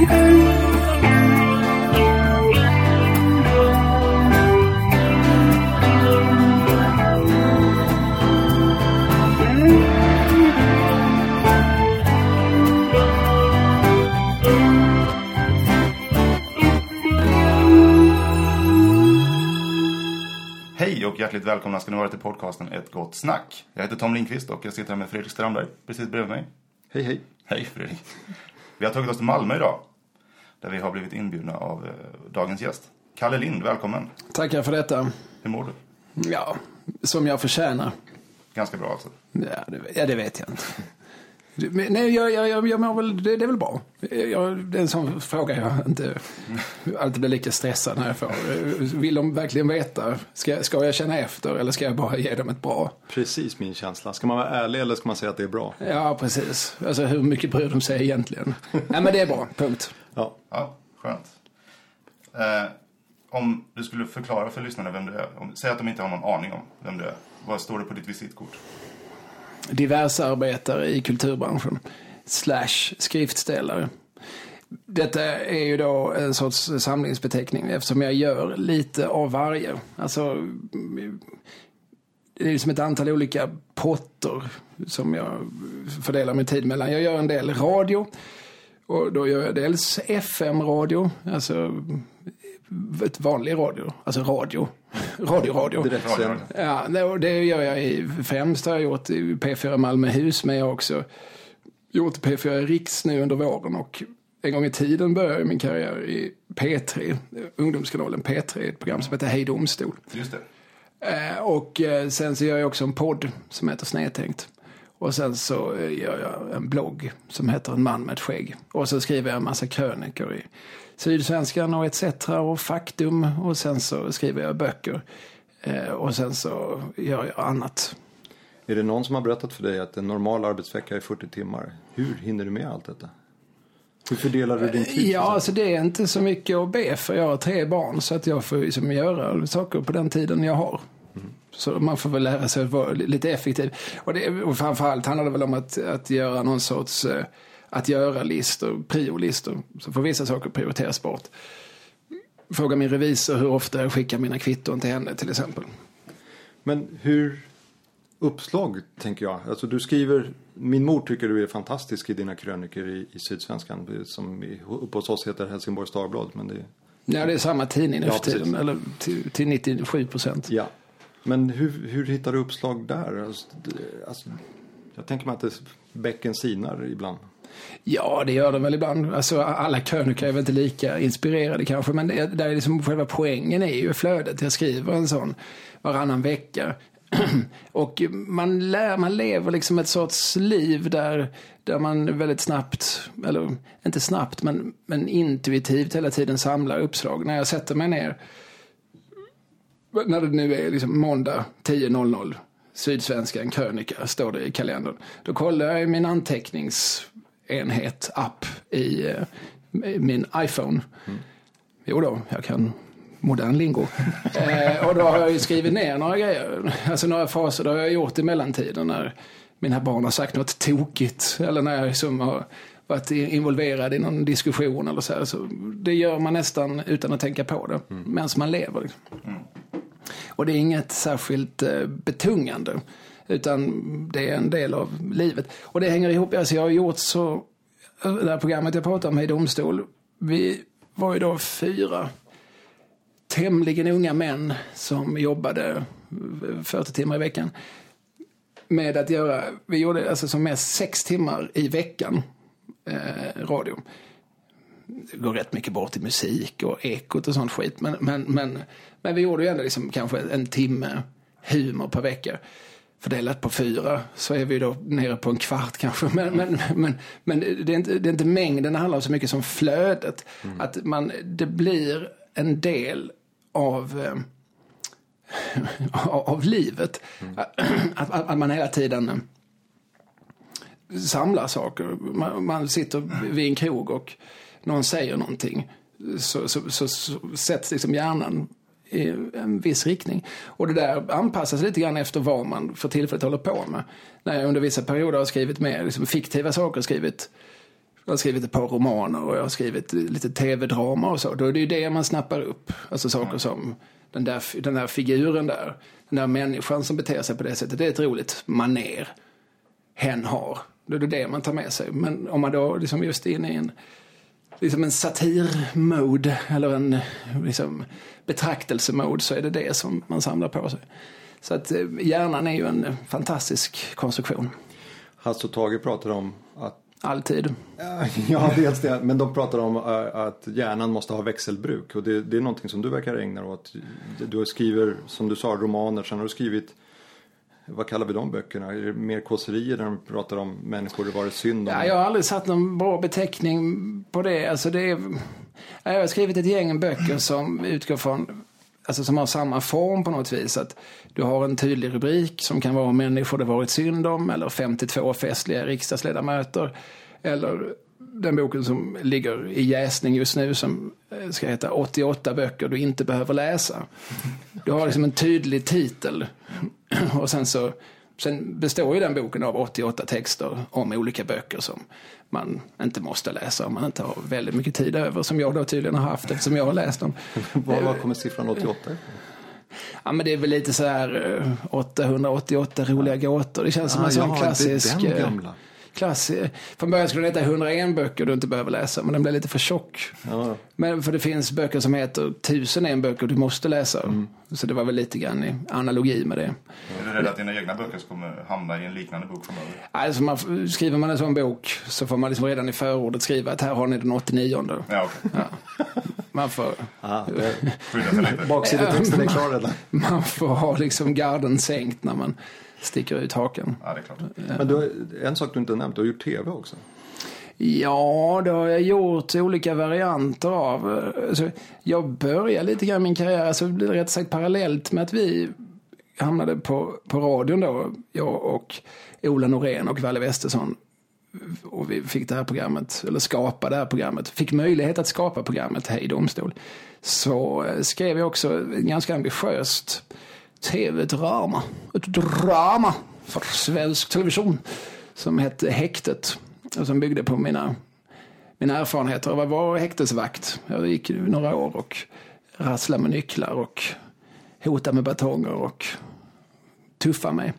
Hej och hjärtligt välkomna ska ni vara till podcasten Ett gott snack. Jag heter Tom Lindqvist och jag sitter här med Fredrik Strandberg precis bredvid mig. Hej hej. Hej Fredrik. Vi har tagit oss till Malmö idag där vi har blivit inbjudna av dagens gäst. Kalle Lind, välkommen. Tackar för detta. Hur mår du? Ja, som jag förtjänar. Ganska bra alltså. Ja, det vet jag inte. Nej, jag mår väl, det är väl bra. Det är en sån fråga jag inte alltid blir lika stressad när jag får. Vill de verkligen veta? Ska jag känna efter eller ska jag bara ge dem ett bra? Precis min känsla. Ska man vara ärlig eller ska man säga att det är bra? Ja, precis. Alltså hur mycket bryr de sig egentligen? Nej, men det är bra. Punkt. Ja, skönt. Om du skulle förklara för lyssnarna vem du är. Säg att de inte har någon aning om vem du är. Vad står det på ditt visitkort? Diversarbetare i kulturbranschen / skriftställare. Detta är ju då en sorts samlingsbeteckning eftersom jag gör lite av varje. Alltså det är som ett antal olika potter som jag fördelar min tid mellan. Jag gör en del radio och då gör jag dels FM-radio, alltså ett vanlig radio, alltså radio. Ja, det gör jag främst har jag gjort i P4 Malmöhus, men jag har också gjort P4 Riks nu under våren och en gång i tiden började jag min karriär i P3, ungdomskanalen P3, ett program som heter Hej Domstol. Just det. Och sen så gör jag också en podd som heter Snedtänkt. Och sen så gör jag en blogg som heter En man med ett skägg. Och så skriver jag en massa krönikor i Sydsvenskan och etc. och Faktum. Och sen så skriver jag böcker. Och sen så gör jag annat. Är det någon som har berättat för dig att en normal arbetsvecka är 40 timmar? Hur hinner du med allt detta? Hur fördelar du din tid? Ja, alltså det är inte så mycket att be för. Jag har 3 barn så att jag får liksom göra saker på den tiden jag har. Så man får väl lära sig att vara lite effektiv. Och framförallt handlar det väl om att göra någon sorts att göra listor, priolistor. Så får vissa saker prioriteras bort. Fråga min revisor hur ofta jag skickar mina kvitton till henne till exempel. Men hur uppslag tänker jag? Alltså du skriver, min mor tycker du är fantastisk i dina krönikor i Sydsvenskan som uppe hos oss heter Helsingborgs Dagblad. Men det... Ja, det är samma tidning nu för tiden, eller till 97%. Ja. Men hur hittar du uppslag där? Alltså, jag tänker mig att det bäcken sinar ibland. Ja, det gör de väl ibland. Alltså, alla krönikor är väl inte lika inspirerade kanske. Men där är liksom själva poängen är ju flödet. Jag skriver en sån varannan vecka. Och man lever liksom ett sorts liv där man väldigt snabbt, eller inte snabbt, men intuitivt hela tiden samlar uppslag. När jag sätter mig ner, när det nu är liksom måndag 10.00, Sydsvenskan krönika står det i kalendern. Då kollar jag i min anteckningsenhet app i min iPhone. Jo då, jag kan modern lingo. Och då har jag ju skrivit ner några grejer. Alltså några faser, då har jag gjort i mellantiden när mina barn har sagt något tokigt. Eller när jag liksom har varit involverad i någon diskussion eller så här. Så det gör man nästan utan att tänka på det. Medan man lever. Och det är inget särskilt betungande. Utan det är en del av livet. Och det hänger ihop. Alltså jag har gjort så... Det här programmet jag pratade om i domstol. Vi var ju då 4 tämligen unga män som jobbade 40 timmar i veckan. Med att göra... Vi gjorde alltså som mest 6 timmar i veckan radio. Det går rätt mycket bort i musik och ekot och sånt skit. Men vi gjorde ju ändå liksom kanske 1 timme humor per vecka. Fördelat på 4 så är vi då nere på 1/4 kanske. Men det är inte mängden, det handlar så mycket som flödet. Att det blir en del av livet. Att man hela tiden samlar saker. Man sitter vid en krog och någon säger någonting. Så sätts liksom hjärnan i en viss riktning. Och det där anpassas lite grann efter vad man för tillfället håller på med. När jag under vissa perioder har skrivit mer liksom fiktiva saker, skrivit Jag har skrivit ett par romaner och jag har skrivit lite tv-drama och så. Då är det ju det man snappar upp. Alltså saker som den där figuren där. Den där människan som beter sig på det sättet. Det är ett roligt maner hen har. Då är det det man tar med sig. Men om man då liksom just är inne i en satirmode eller en liksom betraktelsemode, så är det som man samlar på sig. Så att hjärnan är ju en fantastisk konstruktion. Hasse och Tage pratar om att... Alltid. Ja, dels det. Men de pratar om att hjärnan måste ha växelbruk. Och det är någonting som du verkar ägna dig åt. Du skriver, som du sa, romaner. Sen har du skrivit, vad kallar vi de böckerna? Är det mer kåserier där de pratar om människor det varit synd om? Ja, jag har aldrig satt någon bra beteckning på det. Alltså jag har skrivit ett gäng böcker som utgår från, alltså som har samma form på något vis. Att du har en tydlig rubrik som kan vara människor det varit synd om, eller 52 festliga riksdagsledamöter, eller den boken som ligger i jäsning just nu som ska heta 88 böcker du inte behöver läsa. Du har liksom en tydlig titel och sen består ju den boken av 88 texter om olika böcker som man inte måste läsa om man inte har väldigt mycket tid över, som jag då tydligen har haft eftersom jag har läst dem. Vad kommer siffran 88? Ja, men det är väl lite så här 888 roliga gåtor. Det känns som en sån klassisk... Det är den gamla. Från början skulle det heta 101 böcker du inte behöver läsa, men den blir lite för tjock. Ja. Men för det finns böcker som heter 1001 böcker du måste läsa. Så det var väl lite grann i analogi med det. Är du rädd att dina egna böcker kommer hamna i en liknande bok framöver? Alltså skriver man en sån bok så får man liksom redan i förordet skriva att här har ni den 89:e. Ja, okej. Ja. Man får... Baksidetexten är klar redan. Man får ha liksom garden sänkt när man sticker ut haken. Ja, det är klart. Men en sak du inte har nämnt, du har gjort tv också. Ja, det har jag gjort olika varianter av. Alltså, jag började lite grann min karriär, alltså det blir rätt sagt parallellt med att vi hamnade på radion då, jag och Ola Norén och Valle Westesson. Och vi fick det här programmet, eller skapa det här programmet, fick möjlighet att skapa programmet Hej domstol. Så skrev jag också en ganska ambitiöst tv-drama, ett drama för svensk television som hette Häktet och som byggde på mina erfarenheter av att vara häktesvakt. Jag gick några år och rasslade med nycklar och hotade med batonger och tuffa mig.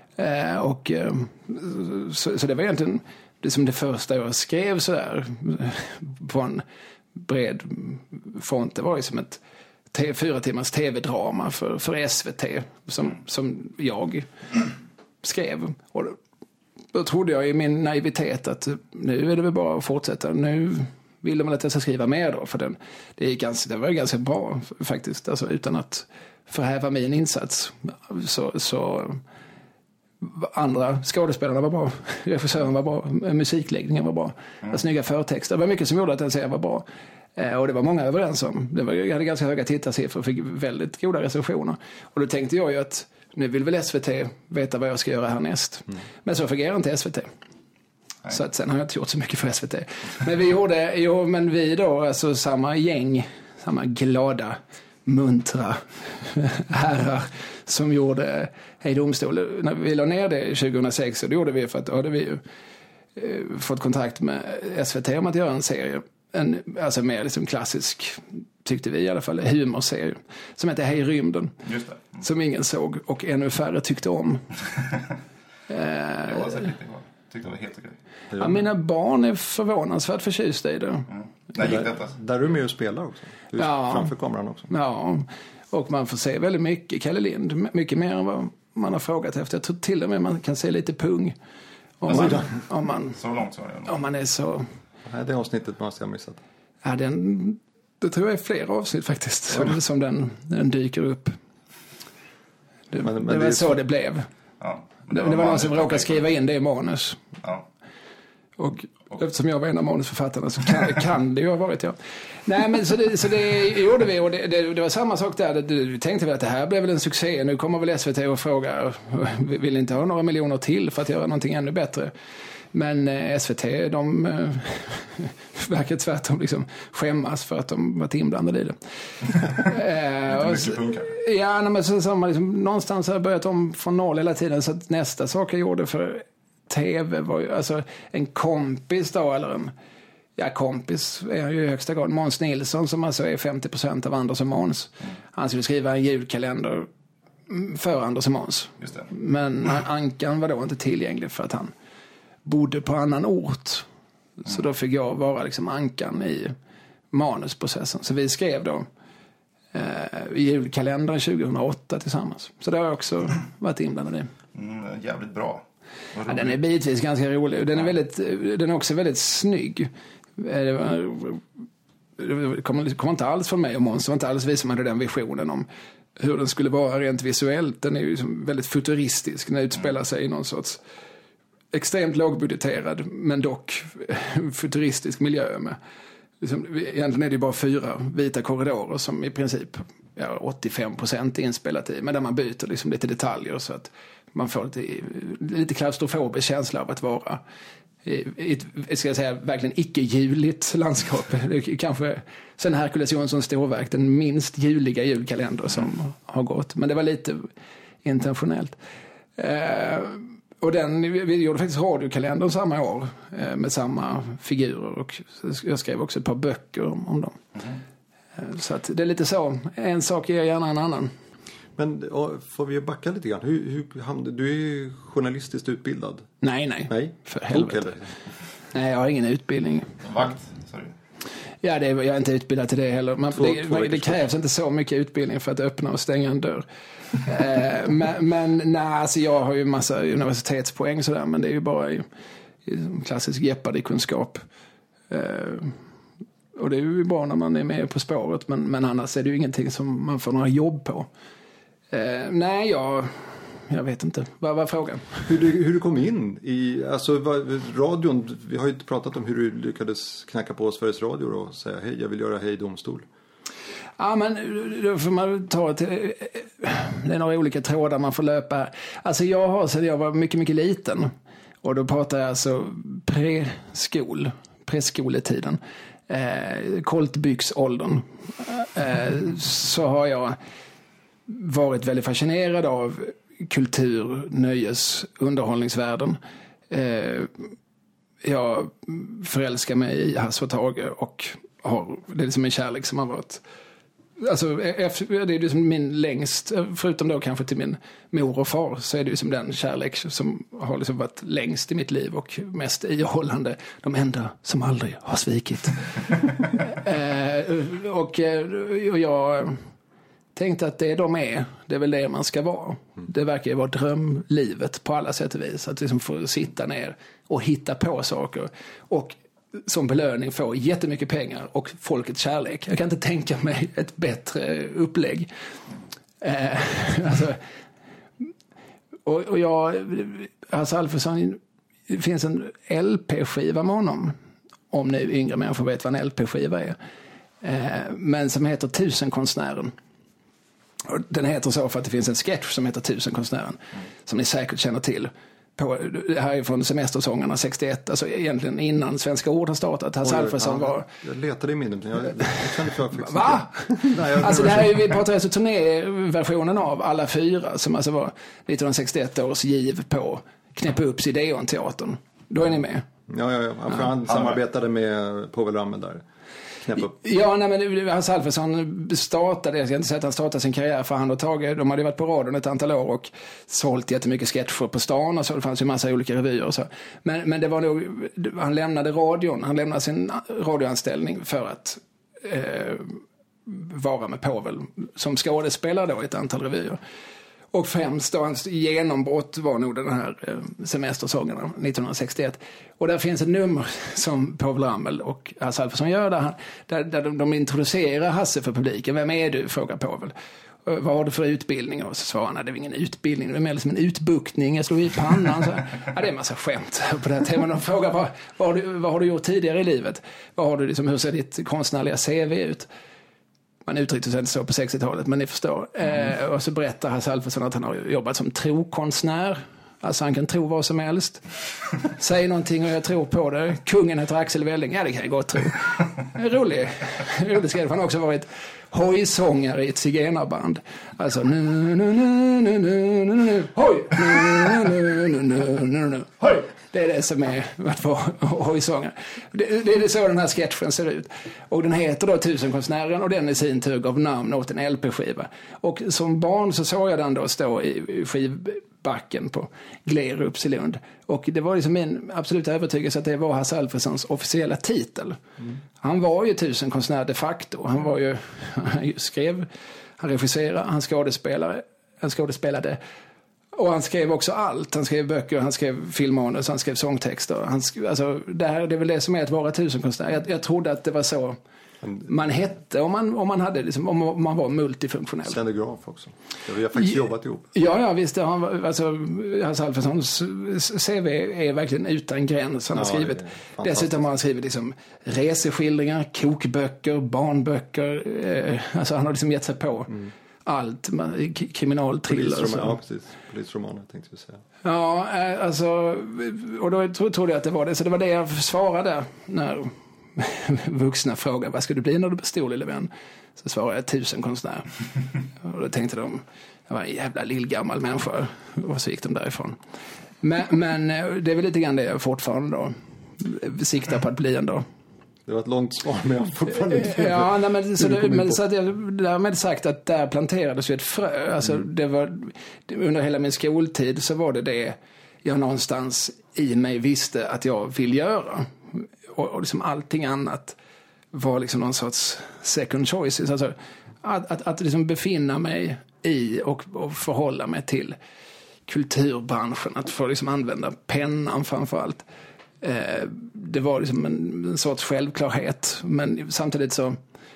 Så det var egentligen det som det första jag skrev så där på en bred front. Det var ju som ett 4 timmars tv-drama för SVT som jag skrev. Och då trodde jag i min naivitet att nu är det väl bara att fortsätta. Nu vill de väl att jag ska skriva mer då. För det var ganska bra faktiskt. Alltså, utan att förhäva min insats. Så andra skådespelarna var bra. Regissören var bra. Musikläggningen var bra. Snygga förtexter. Det var mycket som gjorde att den serien var bra. Och det var många överens om. Jag hade ganska höga tittarsiffror och fick väldigt goda recensioner. Och då tänkte jag ju att nu vill väl SVT veta vad jag ska göra härnäst. Men så fungerar inte SVT. Nej. Så att sen har jag inte gjort så mycket för SVT. Men vi då, alltså samma gäng, samma glada, muntra herrar som gjorde Hej domstol. När vi la ner det 2006 så det gjorde vi för att då hade vi ju fått kontakt med SVT om att göra en serie. Alltså mer liksom klassisk, tyckte vi i alla fall, humorserie som heter Hej rymden. Just det. Som ingen såg och ännu färre tyckte om. Jag var säkert tyckte det var helt okej. Ja, mina barn är förvånansvärt förtjusta i det. När gick detta? Där är du med och spelar också. Du är framför kameran också. Ja, och man får se väldigt mycket Kalle Lind. Mycket mer än vad man har frågat efter. Jag tror till och med man kan se lite pung. Om man, så långt så är det. Om man är så... Nej, det avsnittet måste jag ha missat. Ja, det tror jag är flera avsnitt faktiskt som den dyker upp. Det var så det blev. Ja, det var någon som råkade skriva in det i manus. Ja. Och eftersom jag var en av manusförfattarna så kan det ju ha varit jag. Nej, men så det gjorde vi och det var samma sak där. Vi tänkte väl att det här blev väl en succé. Nu kommer väl SVT och frågar, vill inte ha några miljoner till för att göra någonting ännu bättre. Men SVT, de verkar tvärtom liksom skämmas för att de varit inblandade i det. Men så har man liksom någonstans har börjat om från noll hela tiden. Så att nästa sak jag gjorde för tv var ju, alltså en kompis då, eller en, ja, kompis är ju i högsta grad Måns Nilsson, som alltså är 50% av Anders och Måns. Han skulle skriva en julkalender för Anders och Måns. Just det. Men Ankan var då inte tillgänglig för att han bodde på annan ort. Så då fick jag vara liksom Ankan i manusprocessen. Så vi skrev då julkalendern 2008 tillsammans. Så det har jag också varit inblandad i. Jävligt bra. Ja, den är bitvis ganska rolig. Den är också väldigt snygg. Det kommer inte alls från mig och Måns. Det var inte alls vi som hade den visionen om hur den skulle vara rent visuellt. Den är ju väldigt futuristisk. Den utspelar sig i någon sorts extremt lågbudgeterad men dock futuristisk miljö med. Egentligen är det bara 4 vita korridorer som i princip 85% är inspelat i, men där man byter liksom lite detaljer så att man får lite klaustrofobisk känsla av att vara i ett, ska jag säga, verkligen icke-juligt landskap. Det är kanske sen Herkules Jonssons storverk den minst juliga julkalender som har gått, men det var lite intentionellt. Och vi gjorde faktiskt radiokalendern samma år med samma figurer, och jag skrev också ett par böcker om dem. Så att det är lite så, en sak ger gärna en annan. Men får vi backa lite grann? Du är ju journalistiskt utbildad. Nej. För helvete. Nej, jag har ingen utbildning. Vakt, sorry. Ja, jag är inte utbildad till det heller. Det krävs inte så mycket utbildning för att öppna och stänga en dörr. Men nej, alltså jag har ju massa universitetspoäng sådär, men det är ju bara i klassisk Jeopardy-kunskap. Och det är ju bra när man är med på spåret, men annars är det ju ingenting som man får några jobb på. Nej, jag vet inte. Vad var frågan? Hur du kom in i radion? Vi har ju inte pratat om hur du lyckades knacka på Sveriges Radio och säga hej, jag vill göra Hej Domstol. Ja, men då får man ta det är några olika trådar man får löpa. Alltså jag har sedan jag var mycket, mycket liten, och då pratar jag alltså preskoletiden, koltbyxåldern, så har jag varit väldigt fascinerad av kultur, nöjes, underhållningsvärlden. Jag förälskar mig i Hasse och Tage och det är liksom en kärlek som har varit, alltså det är liksom min längst, förutom då kanske till min mor och far, så är det ju som den kärlek som har liksom varit längst i mitt liv och mest ihållande, de enda som aldrig har svikit. Och jag tänkte att det är väl det man ska vara. Det verkar ju vara drömlivet på alla sätt och vis, att liksom få sitta ner och hitta på saker och som belöning få jättemycket pengar och folkets kärlek. Jag kan inte tänka mig ett bättre upplägg. Och jag, Hasse Alfredson, det finns en LP-skiva med honom, om nu yngre människor vet vad en LP-skiva är, men som heter Tusenkonstnären. Och den heter så för att det finns en sketch som heter Tusenkonstnären, som ni säkert känner till. Det här är från Semestersångerna 61, alltså egentligen innan Svenska Ord har startat. Hasse Alfredson var... Jag letade i minnet. Jag kände för Va? Alltså det här är, vi pratar alltså turnéversionen av alla 4, som alltså var 1961 års giv på Knäppa upp Ideon-teatern. Då är ni med? Ja. För han samarbetade med Povel Ramel där. Ja, nej, men Hasse Alfredson startade, jag ska inte säga att han startade sin karriär, för han och Tage, de hade varit på radion ett antal år och sålt jättemycket sketcher på stan, och så det fanns ju massa olika revyer och så. Men det var nog, han lämnade sin radioanställning för att vara med Povel som skådespelare då i ett antal revyer. Och främst då hans genombrott var nog den här Semestersångerna 1961. Och där finns ett nummer som Povel Ramel och Hasse Alfredson gör där de introducerar Hasse för publiken. Vem är du? Frågar Povel. Vad har du för utbildning? Och så svarar han, det är ingen utbildning, det är mer som en utbuktning, jag slår i pannan. Så, det är en massa skämt på det här temat. De frågar, vad har du gjort tidigare i livet? Hur ser ditt konstnärliga CV ut? Man uttryckte sig inte så på 60-talet, men ni förstår. Och så berättar Hasse Alfredson att han har jobbat som trokonstnär. Alltså han kan tro vad som helst. Säg någonting och jag tror på det. Kungen heter Axel Welling. Ja, det kan jag gott tro. Rolig skrev. Han har också varit hojsångare i ett zigenarband. Alltså hoj! Hoj! Det är det som är att vara hojsångare. Det är så den här sketchen ser ut. Och den heter då Tusenkonstnären och den i sin tur gav namn åt en LP-skiva. Och som barn så såg jag den då stå i skivbacken på Glerups i Lund. Och det var liksom min absoluta övertygelse att det var Hasse Alfredsons officiella titel. Han var ju tusenkonstnär de facto. Han var ju, han skrev, han regisserade, han skådespelade. Och han skrev också allt. Han skrev böcker, han skrev filmmanus, han skrev sångtexter. Det är väl det som är att vara tusenkonstnär. Jag trodde att det var så man hette om man hade liksom, om man var multifunktionell. Scenograf också. Vi har faktiskt jobbat ihop. Ja, visst. Hasse Alfredsons CV är verkligen utan gräns. Han har skrivit. Dessutom har han skrivit liksom reseskildringar, kokböcker, barnböcker. Alltså han har liksom gett sig på allt. Kriminalthriller. Ja, precis. Polisromaner tänkte vi säga. Ja, alltså, och då trodde jag att det var det. Så det var det jag svarade när vuxna frågade, vad ska du bli när du blir stor, lille vän? Så svarade jag tusenkonstnär. Och då tänkte de, jag var en jävla lillgammal människa. Och så gick de därifrån. Men det är väl lite grann det jag fortfarande då siktar på att bli ändå. Det var ett långt svar, men jag fortfarande inte. Ja, nej, men så att jag därmed sagt att där planterades ju ett frö. Alltså det var, under hela min skoltid så var det jag någonstans i mig visste att jag vill göra. Och liksom allting annat var liksom någon sorts second choices. Alltså att liksom befinna mig i och förhålla mig till kulturbranschen. Att få liksom använda pennan framförallt. Det var liksom en sorts självklarhet. Men samtidigt så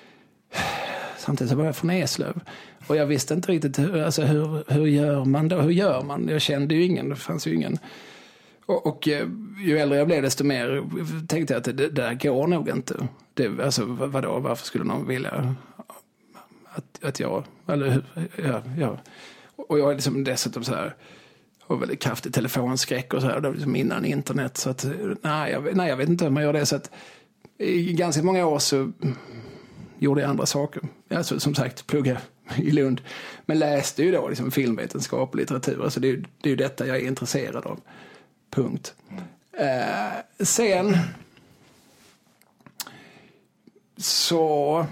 var jag från Eslöv. Och jag visste inte riktigt hur gör man då? Hur gör man? Jag kände ju ingen. Det fanns ju ingen. Och ju äldre jag blev desto mer tänkte jag att det där går nog inte. Alltså vadå? Varför skulle någon vilja att jag... Eller ja. Och jag är liksom dessutom så här... Och väldigt kraftig telefonskräck och så här. Det var liksom innan internet. Så att, nej, jag vet inte om jag gör det. Så att i ganska många år så gjorde jag andra saker. Alltså, som sagt, plugga i Lund. Men läste ju då liksom filmvetenskap och litteratur. Alltså det är ju detta jag är intresserad av. Punkt. Sen så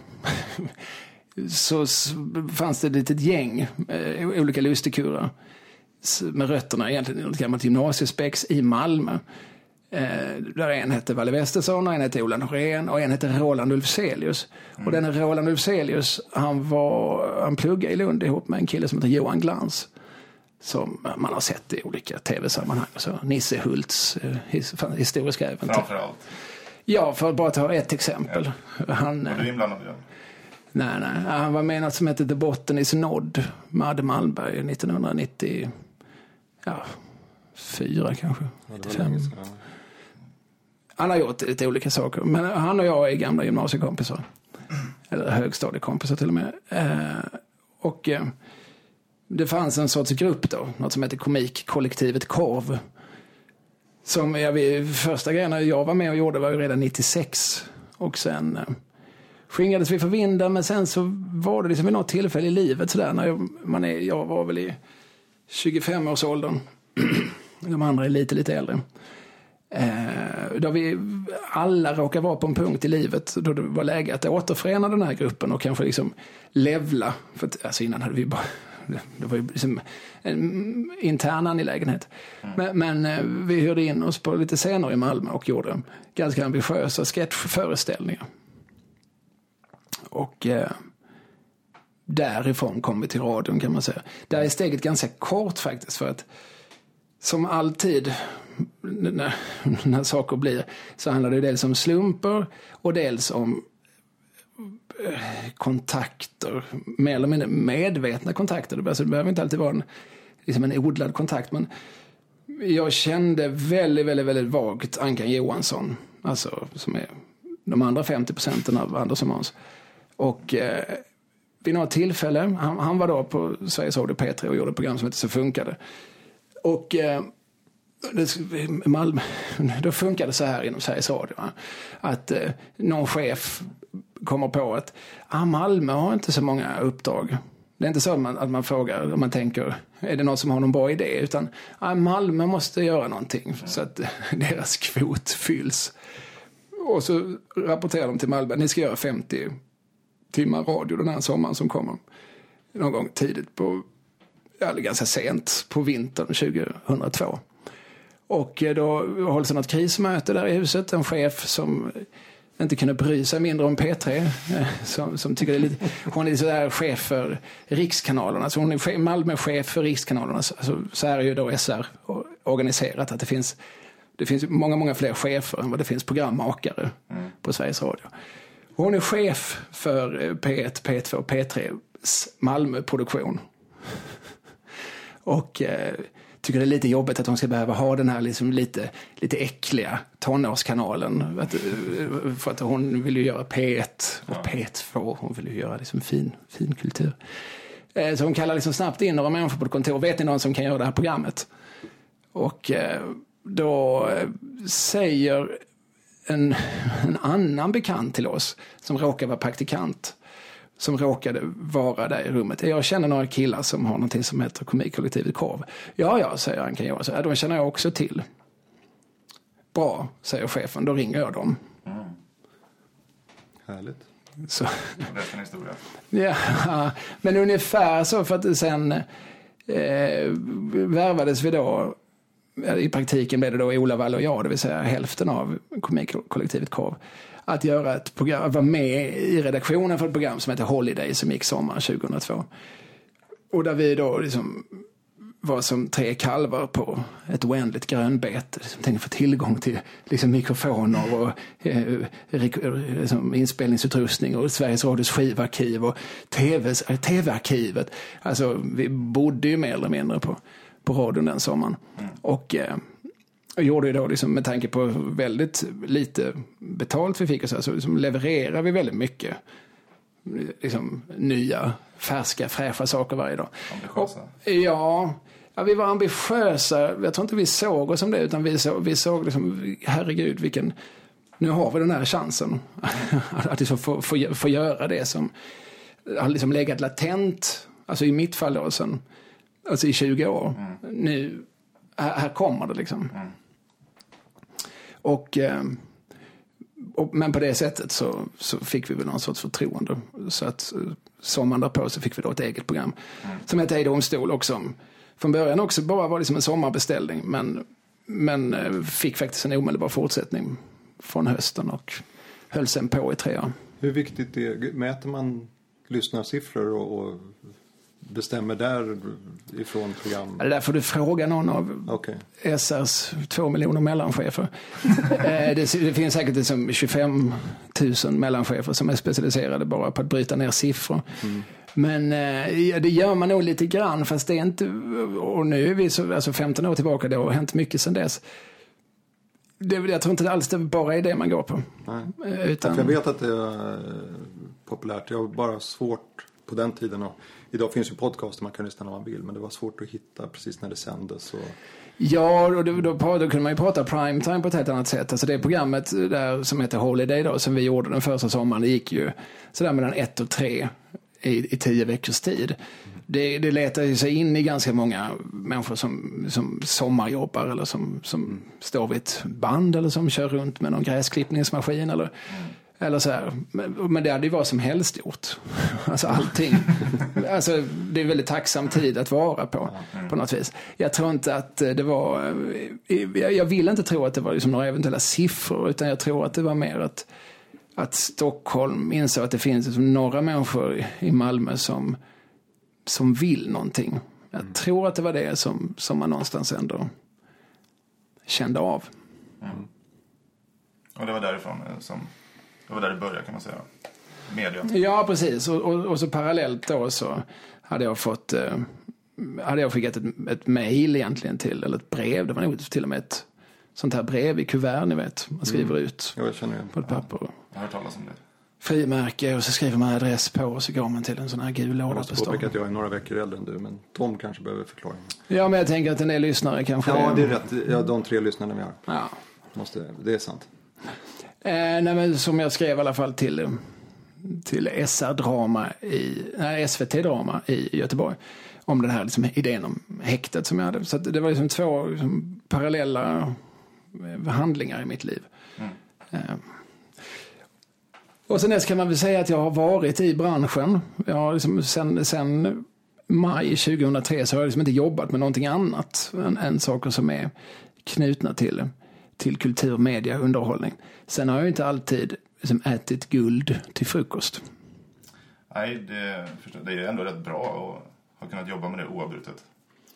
fanns det ett litet gäng olika lustigkurer med rötterna egentligen i något gammalt gymnasiespex i Malmö. Där en hette Valle Westesson och en hette Ola Norén och en hette Roland Ulfzelius. Och den Roland Ulfzelius, han pluggade i Lund ihop med en kille som heter Johan Glans. Som man har sett i olika tv-sammanhang. Så Nisse Hults historiska äventyr. Framförallt. Ja, för att bara ta ett exempel. Var du inblandad i det? Nej. Han var med i något som hette The Botten is Nod med Adde Malmberg 1994 kanske. 95. Han har gjort lite olika saker. Men han och jag är gamla gymnasiekompisar. Eller högstadiekompisar till och med. Och... det fanns en sorts grupp då, något som heter Komikkollektivet Korv. Som första grejen jag var med och gjorde var ju redan 96. Och sen skingrades vi för vinden, men sen så var det liksom vid något tillfälle i livet sådär, när jag var väl i 25-årsåldern. De andra är lite äldre. Då vi alla råkar vara på en punkt i livet då det var läge att återförena den här gruppen och kanske liksom levla. För att, alltså innan hade vi bara... Det var ju liksom en intern angelägenhet. Men vi hörde in oss på lite scener i Malmö och gjorde ganska ambitiösa sketchföreställningar. Och därifrån kom vi till radion, kan man säga. Där är steget ganska kort faktiskt, för att som alltid när saker blir så handlar det dels om slumper och dels om kontakter, mer eller mindre medvetna kontakter. Alltså det behöver inte alltid vara en odlad kontakt, men jag kände väldigt, väldigt, väldigt vagt Ankan Johansson, alltså som är de andra 50% av Anders och Måns. Och vid något tillfälle, han var då på Sveriges Radio P3 och gjorde ett program som heter Så funkade. Och Malmö, då funkar det så här inom Sveriges Radio. Att någon chef kommer på att Malmö har inte så många uppdrag. Det är inte så att man frågar, om man tänker, är det någon som har någon bra idé? Utan Malmö måste göra någonting så att deras kvot fylls. Och så rapporterar de till Malmö, ni ska göra 50 timmar radio den här sommaren som kommer. Någon gång tidigt på, ganska sent på vintern 2002. Och då hålls det något krismöte där i huset. En chef som inte kunde bry sig mindre om P3. Som tycker det är lite, hon är sådär chef för rikskanalerna. Så hon är Malmö-chef för rikskanalerna. Så är ju då SR organiserat att det finns många fler chefer än vad det finns programmakare på Sveriges Radio. Hon är chef för P1, P2, P3s Malmö-produktion. Och tycker det är lite jobbigt att hon ska behöva ha den här liksom lite äckliga tonårskanalen. För att hon vill ju göra P1 och P2. Hon vill ju göra liksom fin kultur. Så hon kallar liksom snabbt in några människor på ett kontor. Vet ni någon som kan göra det här programmet? Och då säger en annan bekant till oss som råkar vara praktikant, som råkade vara där i rummet. Jag känner några killar som har någonting som heter Komikkollektivet Korv. Ja, säger han, kan göra så. De känner jag också till. Bra, säger chefen. Då ringer jag dem. Härligt. Så. Resten är historia. Ja, men ungefär så, för att sen värvades vi då. I praktiken blev det då Ola Wall och jag, det vill säga hälften av Komikkollektivet Korv, att göra ett program, att vara med i redaktionen för ett program som heter Holiday som gick sommaren 2002. Och där vi då liksom var som 3 kalvar på ett oändligt grönbete. Liksom, tänkte få tillgång till liksom mikrofoner och liksom inspelningsutrustning och Sveriges Radios skivarkiv och TV-arkivet. Alltså vi bodde ju mer eller mindre på radion den sommaren. Och gjorde ju då liksom, med tanke på väldigt lite betalt vi fick och så liksom levererar vi väldigt mycket liksom nya, färska, fräscha saker varje dag. Ambitiösa. Ja, vi var ambitiösa. Jag tror inte vi såg oss som det, utan vi såg liksom, herregud, nu har vi den här chansen att liksom få göra det som har liksom legat latent, alltså i mitt fall då sen, alltså i 20 år. Nu, här kommer det liksom. Men på det sättet så fick vi väl någon sorts förtroende. Så att sommaren därpå så fick vi då ett eget program som heter I domstol också. Från början också bara var det som en sommarbeställning, men fick faktiskt en omedelbar fortsättning från hösten och höll sen på i 3 år. Hur viktigt är, mäter man lyssnarsiffror och bestämmer där ifrån program? Det där får du fråga någon av SRs 2 miljoner mellanchefer. Det finns säkert liksom 25 000 mellanchefer som är specialiserade bara på att bryta ner siffror. Men det gör man nog lite grann, fast det är inte, och nu är vi alltså 15 år tillbaka, det har hänt mycket sedan dess. Jag tror inte alls det bara är det man går på. Nej. Utan... Jag vet att det är populärt. Jag har bara svårt på den tiden, och idag finns ju podcast man kan lyssna när man vill, men det var svårt att hitta precis när det sändes. Ja, och då kunde man ju prata primetime på ett helt annat sätt. Alltså det programmet där som heter Holiday då, som vi gjorde den första sommaren, det gick ju sådär mellan 1 och 3 i 10 veckors tid. Det letar ju sig in i ganska många människor som sommarjobbar eller som står vid ett band eller som kör runt med någon gräsklippningsmaskin eller så här. Men det hade ju vad som helst gjort. Alltså allting. Alltså det är väldigt tacksam tid att vara på något vis. Jag tror inte att det var... Jag vill inte tro att det var liksom några eventuella siffror, utan jag tror att det var mer att Stockholm insåg att det finns liksom några människor i Malmö som vill någonting. Jag tror att det var det som man någonstans ändå kände av. Och det var därifrån det var där det började, kan man säga. Media. Ja, precis. Och så parallellt då så hade jag skickat ett mejl egentligen till, eller ett brev. Det var nog till och med ett sånt här brev i kuvert, ni vet. Man skriver ut jag känner på ett papper. Jag har hört talas om det. frimärke och så skriver man adress på och så går man till en sån här gul låda på stan. Jag måste att jag är några veckor äldre än du, men Tom kanske behöver förklaring. Ja, men jag tänker att en del lyssnare kanske... Ja, det är rätt. Ja, de 3 lyssnarna vi har. Ja. Det är sant. Nej, men som jag skrev i alla fall till SVT-drama i Göteborg. Om den här liksom, idén om häktet som jag hade. Så det var liksom 2 liksom, parallella handlingar i mitt liv. Och sen kan man väl säga att jag har varit i branschen. Jag har liksom, sen maj 2003 så har jag liksom inte jobbat med någonting annat än saker som är knutna till kultur, media, underhållning. Sen har jag inte alltid liksom, ätit guld till frukost. Nej, det är ändå rätt bra att ha kunnat jobba med det oavbrutet.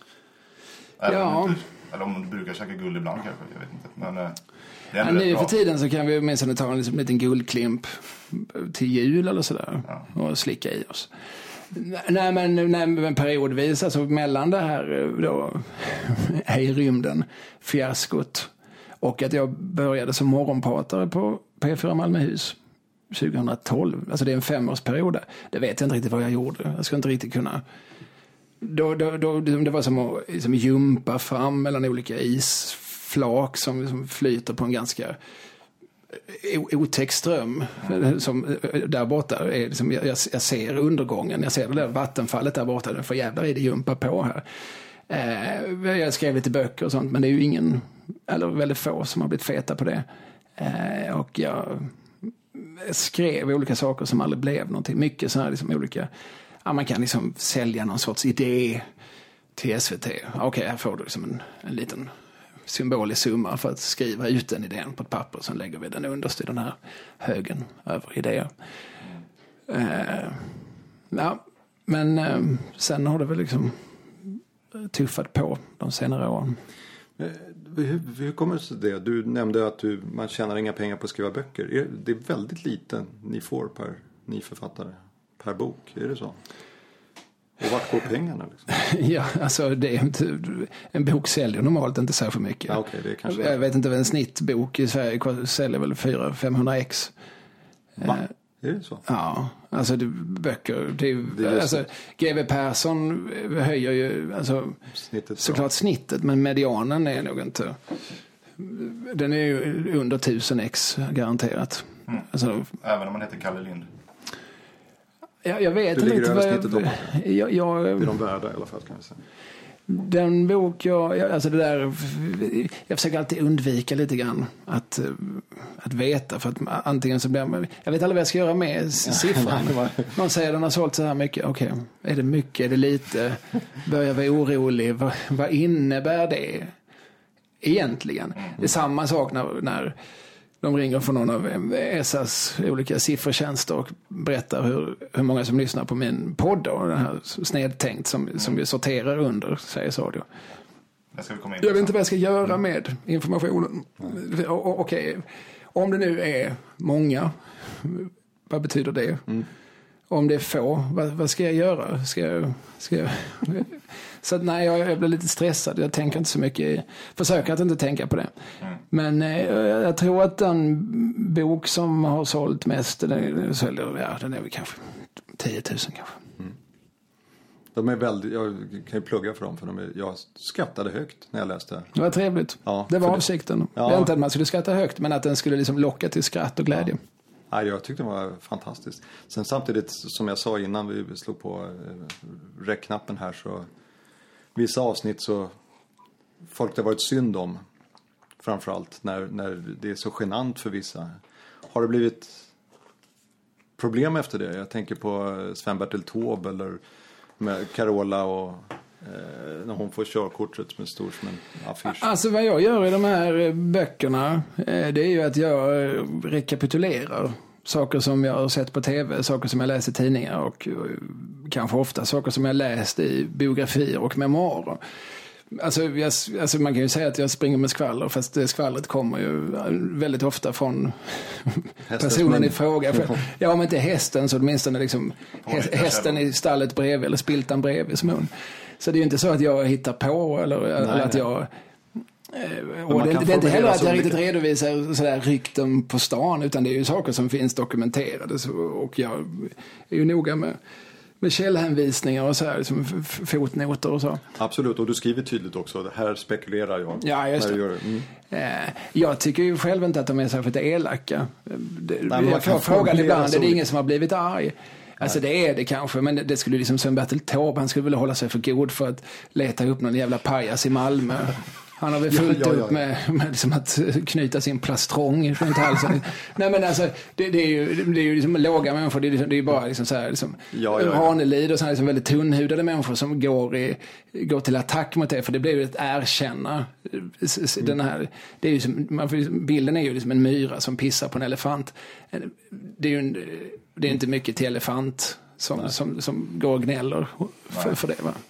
Eller om du brukar käka guld ibland kanske, jag vet inte. Men det är ändå nu för tiden så kan vi åtminstone ta en liten guldklimp till jul eller sådär och slicka i oss. Nej, men periodvis, alltså mellan det här då, i rymden, fiaskot och att jag började som morgonpratare på P4 Malmöhus 2012. Alltså det är en 5-årsperiod. Det vet jag inte riktigt vad jag gjorde. Jag skulle inte riktigt kunna... Det var som att jumpa fram mellan olika isflak som flyter på en ganska otäck ström. Som där borta är liksom, jag ser undergången. Jag ser det där vattenfallet där borta. Det får jävlar i det jumpa på här. Jag skrev lite böcker och sånt, men det är ju ingen, eller väldigt få som har blivit feta på det. Och jag skrev olika saker som aldrig blev någonting. Mycket så här liksom olika... Ja, man kan liksom sälja någon sorts idé till SVT. Okej, här får du liksom en liten symbolisk summa för att skriva ut den idén på ett papper. Sen lägger vi den underst i den här högen över idéer. Ja, men sen har det väl liksom tuffat på de senare åren. Hur kommer det sig det? Du nämnde att man tjänar inga pengar på att skriva böcker. Det är väldigt lite ni får ni författare per bok, är det så? Och vart går pengarna? Liksom? Ja, alltså det är inte, en bok säljer normalt inte så för mycket. Ja, okay, det är kanske jag vet inte vad en snittbok i Sverige säljer väl 400-500 ex. Va? Är det så? Ja, alltså böcker. Alltså, GW Persson höjer ju alltså, såklart snittet, men medianen är nog inte... Den är ju under 1000 ex garanterat. Alltså, även om man heter Kalle Lind. Jag vet inte vad det är de värda i alla fall, kan jag säga. Den bok alltså det där, jag försöker alltid undvika lite grann att veta, för att antingen så blir man, jag vet aldrig vad jag ska göra med siffran. Någon säger den har sålt så här mycket. Okej, är det mycket, är det lite? Börjar vara orolig. Vad innebär det egentligen? Det är samma sak när de ringer från någon av ESAs olika siffertjänster och berättar hur många som lyssnar på min podd och den här snedtänkt som vi sorterar under Sveriges Radio. Jag vet inte vad jag ska göra med informationen. Okej, om det nu är många, vad betyder det? Om det är få, vad ska jag göra? Ska jag... Så att, nej, jag blir lite stressad. Jag tänker inte så mycket. Försöker att inte tänka på det. Men jag tror att den bok som har sålt mest, den är väl kanske 10 000 kanske. De är väldigt, jag kan ju plugga för dem, jag skrattade högt när jag läste. Det var trevligt. Ja, det var avsikten. Ja. Jag inte att man skulle skratta högt, men att den skulle liksom locka till skratt och glädje. Ja. Nej, jag tyckte det var fantastiskt. Sen samtidigt, som jag sa innan vi slog på räckknappen här, så vissa avsnitt så folk det har varit synd om, framförallt när det är så genant för vissa. Har det blivit problem efter det? Jag tänker på Sven-Bertil Taube eller med Carola och när hon får körkortet som är stor som en affisch. Alltså vad jag gör i de här böckerna, det är ju att jag rekapitulerar saker som jag har sett på tv, saker som jag läst i tidningar och kanske ofta saker som jag läst i biografier och memoarer. Alltså man kan ju säga att jag springer med skvaller, fast det skvallret kommer ju väldigt ofta från personen i fråga. Ja, om inte hästen så åtminstone liksom hästen i stallet bredvid eller spiltan bredvid som hon. Så det är ju inte så att jag hittar på eller att jag Och det är inte heller att jag riktigt redovisar sådär rykten på stan, utan det är ju saker som finns dokumenterade. Och jag är ju noga med källhänvisningar och så här, liksom fotnoter och så. Absolut, och du skriver tydligt också. Det här spekulerar jag. Ja, just det. Jag tycker ju själv inte att de är särskilt elaka. Jag får frågan ibland, är det ingen som har blivit arg? Alltså det är det kanske, men det skulle liksom som Bertil Taube, han skulle vilja hålla sig för god för att leta upp någon jävla pajas i Malmö. Han har väl fullt upp med liksom att knyta sin plastrong runt halsen. Nej men alltså, det är ju liksom låga människor, det är ju bara liksom så här, liksom, Ranelid och så här liksom väldigt tunnhudade människor som går till attack mot det, för det blir ju ett erkänna. Den här, det är ju som, bilden är ju liksom en myra som pissar på en elefant. Det är inte mycket till elefant som går och gnäller för det, va?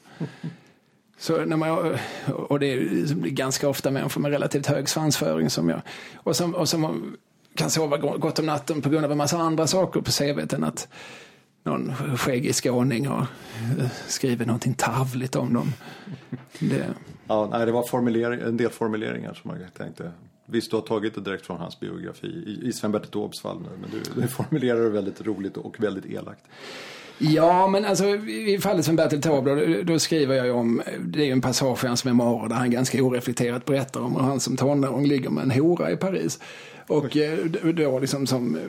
Så när och det är ganska ofta människor med relativt hög svansföring som jag. Och som kan sova gott om natten på grund av en massa andra saker på CV:t än att någon skäggig skåning har skrivit någonting tarvligt om dem. Det var en del formuleringar som jag tänkte. Visst, du har tagit det direkt från hans biografi i Sven-Bertil Taubes fall, men du formulerar det väldigt roligt och väldigt elakt. Ja, men alltså i fallet som Bertil Taube då skriver jag ju om, det är ju en passage i hans memoarer där han ganska oreflekterat berättar om hur han som tonåring ligger med en hora i Paris. Och då liksom som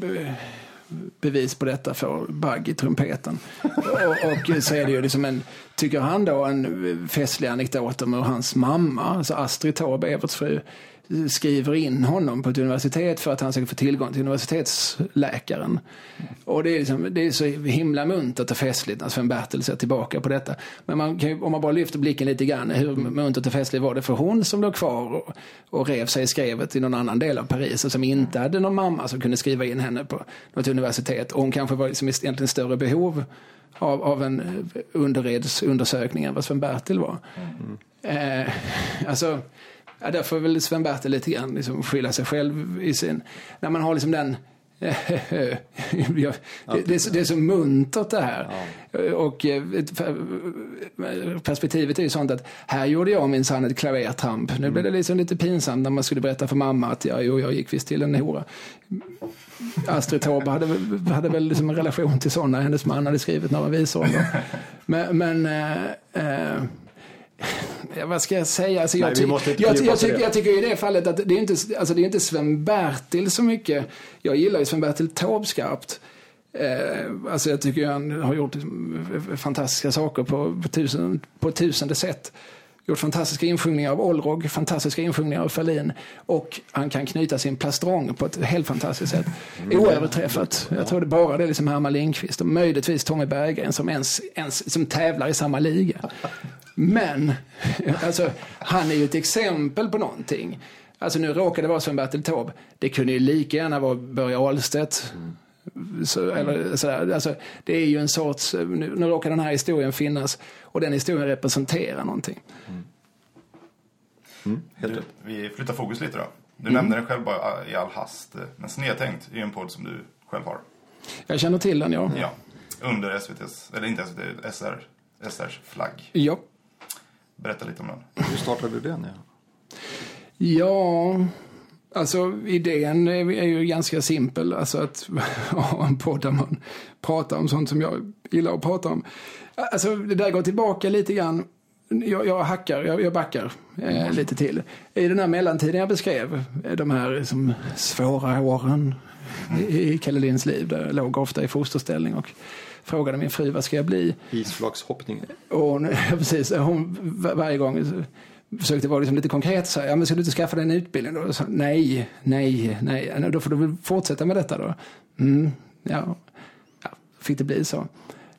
bevis på detta för bagg i trumpeten. Och så är det ju liksom tycker han då, en festlig anekdot om hur hans mamma, alltså Astrid Taube, Everts fru, skriver in honom på ett universitet för att han ska få tillgång till universitetsläkaren. Och det är så himla muntert och festligt när Sven-Bertil ser tillbaka på detta. Men man kan ju, om man bara lyfter blicken lite grann, hur muntert och festligt var det för hon som låg kvar och rev sig i skrevet i någon annan del av Paris och som inte hade någon mamma som kunde skriva in henne på något universitet. Och hon kanske var liksom egentligen större behov av en underredsundersökning än vad Sven-Bertil var. Ja, där får väl Sven-Bertil lite grann liksom skylla sig själv i sin... När man har liksom den... det är så muntert det här. Ja. Och perspektivet är ju sånt att här gjorde jag minsann ett klavertramp. Nu blev det liksom lite pinsamt när man skulle berätta för mamma att jag gick visst till en hora. Astrid Taube hade väl liksom en relation till sådana. Hennes man hade skrivit några visor om dem. Men vad ska jag säga? Alltså, jag tycker i det fallet att det är inte Sven-Bertil så mycket. Jag gillar ju Sven-Bertil Taube skarpt. Alltså jag tycker han har gjort fantastiska saker på tusende sätt. Gjort fantastiska insjungningar av Olrog, fantastiska insjungningar av Ferlin, och han kan knyta sin plastrong på ett helt fantastiskt sätt. Oöverträffat. Jag tror det bara det är liksom Herman Lindqvist och möjligtvis Tommy Berggren som ens som tävlar i samma liga. Men alltså, han är ju ett exempel på någonting. Alltså nu råkade det vara Sven-Bertil Taube. Det kunde ju lika gärna vara Börje Ahlstedt. Alltså, det är ju en sorts... Nu råkar den här historien finnas och den historien representerar någonting. Helt rätt. Vi flyttar fokus lite då. Du nämnde den själv bara i all hast. Men Snedtänkt är ju en podd som du själv har. Jag känner till den, ja. Under SVT:s, eller inte SVT, SRs flagg. Ja. Berätta lite om den. Hur startade du den? Ja, alltså idén är ju ganska simpel. Alltså att ha en podd där man pratar om sånt som jag gillar att prata om. Alltså det där går tillbaka lite grann. Jag backar lite till. I den här mellantiden jag beskrev, de här som svåra åren i Kalle Linds liv, där jag låg ofta i fosterställning och frågade min fru, vad ska jag bli? Isflakshoppning. Och precis, hon varje gång försökte vara liksom lite konkret så här, men ska du inte skaffa dig en utbildning då? Så, nej, då får du väl fortsätta med detta då. Ja, fick det bli så.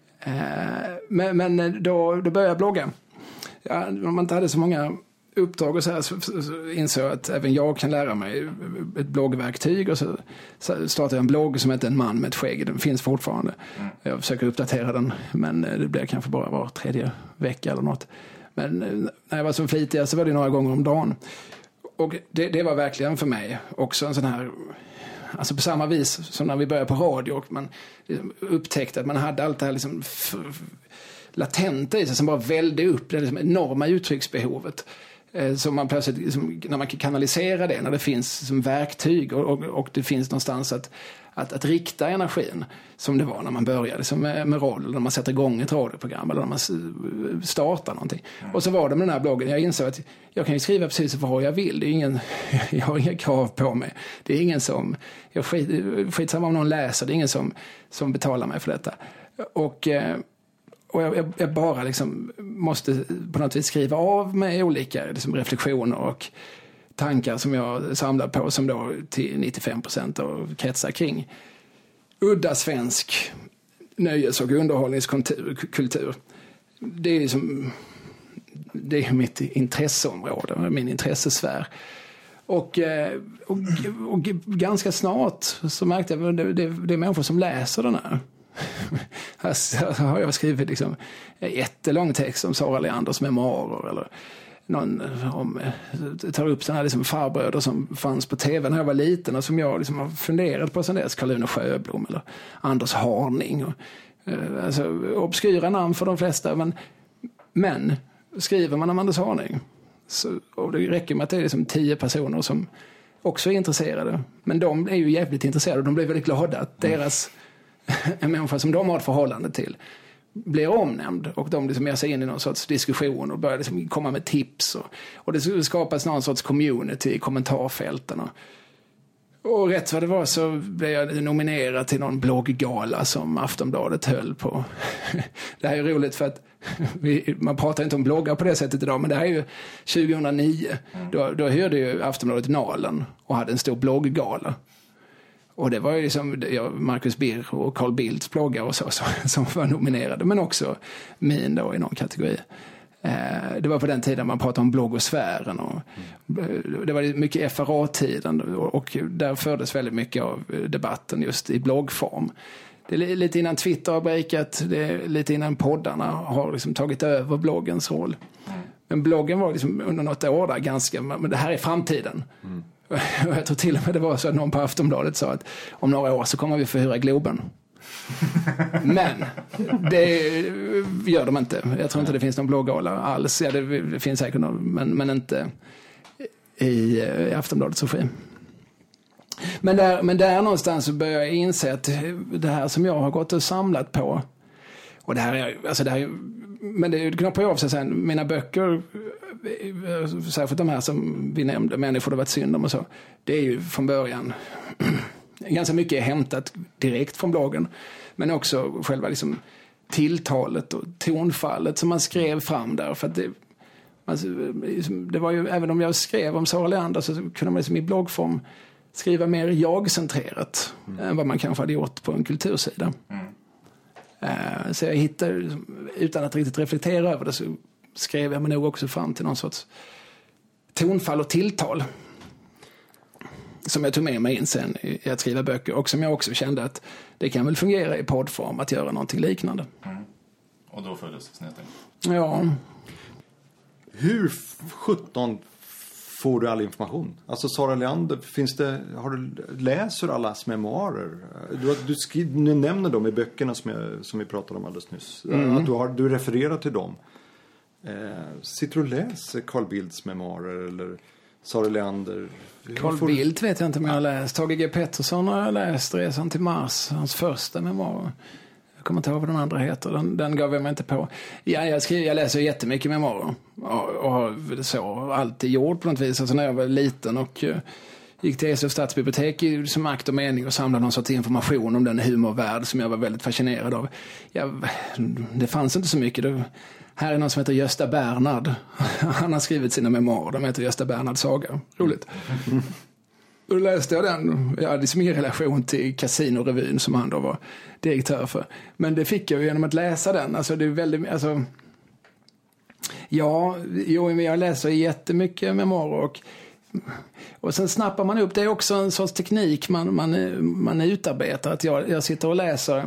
Men då började jag blogga. Ja, om man inte hade så många uppdrag och så här, så insåg jag att även jag kan lära mig ett bloggverktyg, och så startade jag en blogg som heter En man med ett skägg. Den finns fortfarande. Jag försöker uppdatera den, men det blir kanske bara var tredje vecka eller något. Men när jag var så flitig så var det några gånger om dagen. Och det var verkligen för mig också en sån här, alltså på samma vis som när vi började på radio och man upptäckte att man hade allt det här liksom latenta i sig som bara välde upp det liksom enorma uttrycksbehovet. Så man plötsligt, liksom, när man kan kanalisera det, när det finns som verktyg och det finns någonstans att rikta energin, som det var när man började liksom med roll, när man sätter igång ett radioprogram eller när man startar någonting. Och så var det med den här bloggen, jag insåg att jag kan ju skriva precis vad jag vill. Det är jag har inga krav på mig. Det är ingen som, skitsamma om någon läser, det är ingen som betalar mig för detta. Och jag bara liksom måste på något vis skriva av med olika liksom reflektioner och tankar som jag samlar på, som då till 95% av kretsar kring udda svensk nöjes- och underhållningskultur. Det är liksom, det är mitt intresseområde, min intressesfär. Och ganska snart så märkte jag att det är människor som läser den här. Alltså, har jag skrivit liksom jättelång text om Sara Leanders memoarer, eller någon tar upp sådana här liksom farbröder som fanns på tv när jag var liten och som jag liksom har funderat på sen dess, Karl-Uno Sjöblom eller Anders Harning och, alltså obskyra namn för de flesta, men skriver man om Anders Harning så, och det räcker med att det är liksom 10 personer som också är intresserade, men de är ju jävligt intresserade och de blir väldigt glada att deras en människa som de har ett förhållande till blir omnämnd, och de liksom ger sig in i någon sorts diskussion och börjar liksom komma med tips och det skapas någon sorts community i kommentarfälten och rätt vad det var så blev jag nominerad till någon blogggala som Aftonbladet höll på. Det här är ju roligt för att man pratar inte om bloggar på det sättet idag, men det här är ju 2009. Då hörde ju Aftonbladet Nalen och hade en stor blogggala. Och det var ju liksom Marcus Birr och Carl Bildts bloggar och så som var nominerade, men också min då i någon kategori. Det var på den tiden man pratade om bloggosfären och det var mycket FRA-tiden och där fördes väldigt mycket av debatten just i bloggform. Det är lite innan Twitter har breakat, det är lite innan poddarna har liksom tagit över bloggens roll. Men bloggen var liksom under något år där ganska, men det här är framtiden. Och jag tror till och med det var så att någon på Aftonbladet sa att om några år så kommer vi få hyra Globen. Men det gör de inte. Jag tror inte det finns någon bloggala alls. Ja, det finns säkert någon, men inte i Aftonbladets regi. Men där någonstans så börjar jag inse att det här som jag har gått och samlat på, och det här är men det knappar jag av sig sen, mina böcker, särskilt de här som vi nämnde, Människor det varit synd om och så, det är ju från början ganska mycket hämtat direkt från bloggen, men också själva liksom tilltalet och tonfallet som man skrev fram där, för att det var ju, även om jag skrev om Sara Leander så kunde man liksom i bloggform skriva mer jag-centrerat än vad man kanske hade gjort på en kultursida. Så jag hittade, utan att riktigt reflektera över det, så skrev jag mig nog också fram till någon sorts tonfall och tilltal som jag tog med mig in sen i att skriva böcker, och som jag också kände att det kan väl fungera i poddform att göra någonting liknande. Och då föddes Snedtänk. Ja. Hur 17 får du all information? Alltså Sara Leander, läser du allas memoarer? Du nämner dem i böckerna som vi pratade om alldeles nyss. Att du refererar till dem. Sitter du och läser Carl Bildts memoarer eller Sara Leander? Carl Bildt vet jag inte om jag har läst. Tage G. Pettersson har jag läst, Resan till Mars, hans första memoar. Jag kommer inte ihåg vad den andra heter. Den gav jag mig inte på. Ja, jag läser jättemycket memoarer. Och har så alltid gjort på något vis. Alltså när jag var liten och gick till Eslövs stadsbibliotek som akt och mening och samlade någon sorts information om den humorvärld som jag var väldigt fascinerad av. Det fanns inte så mycket. Här är någon som heter Gösta Bernhard. Han har skrivit sina memoarer. De heter Gösta Bernhards saga. Roligt. Och då läste jag den. Jag hade liksom ingen relation till Casino-revyn som han då var direktör för. Men det fick jag genom att läsa den. Alltså det är väldigt, alltså men jag läser jättemycket memoarer och sen snappar man upp. Det är också en sorts teknik man utarbetar. Att jag sitter och läser.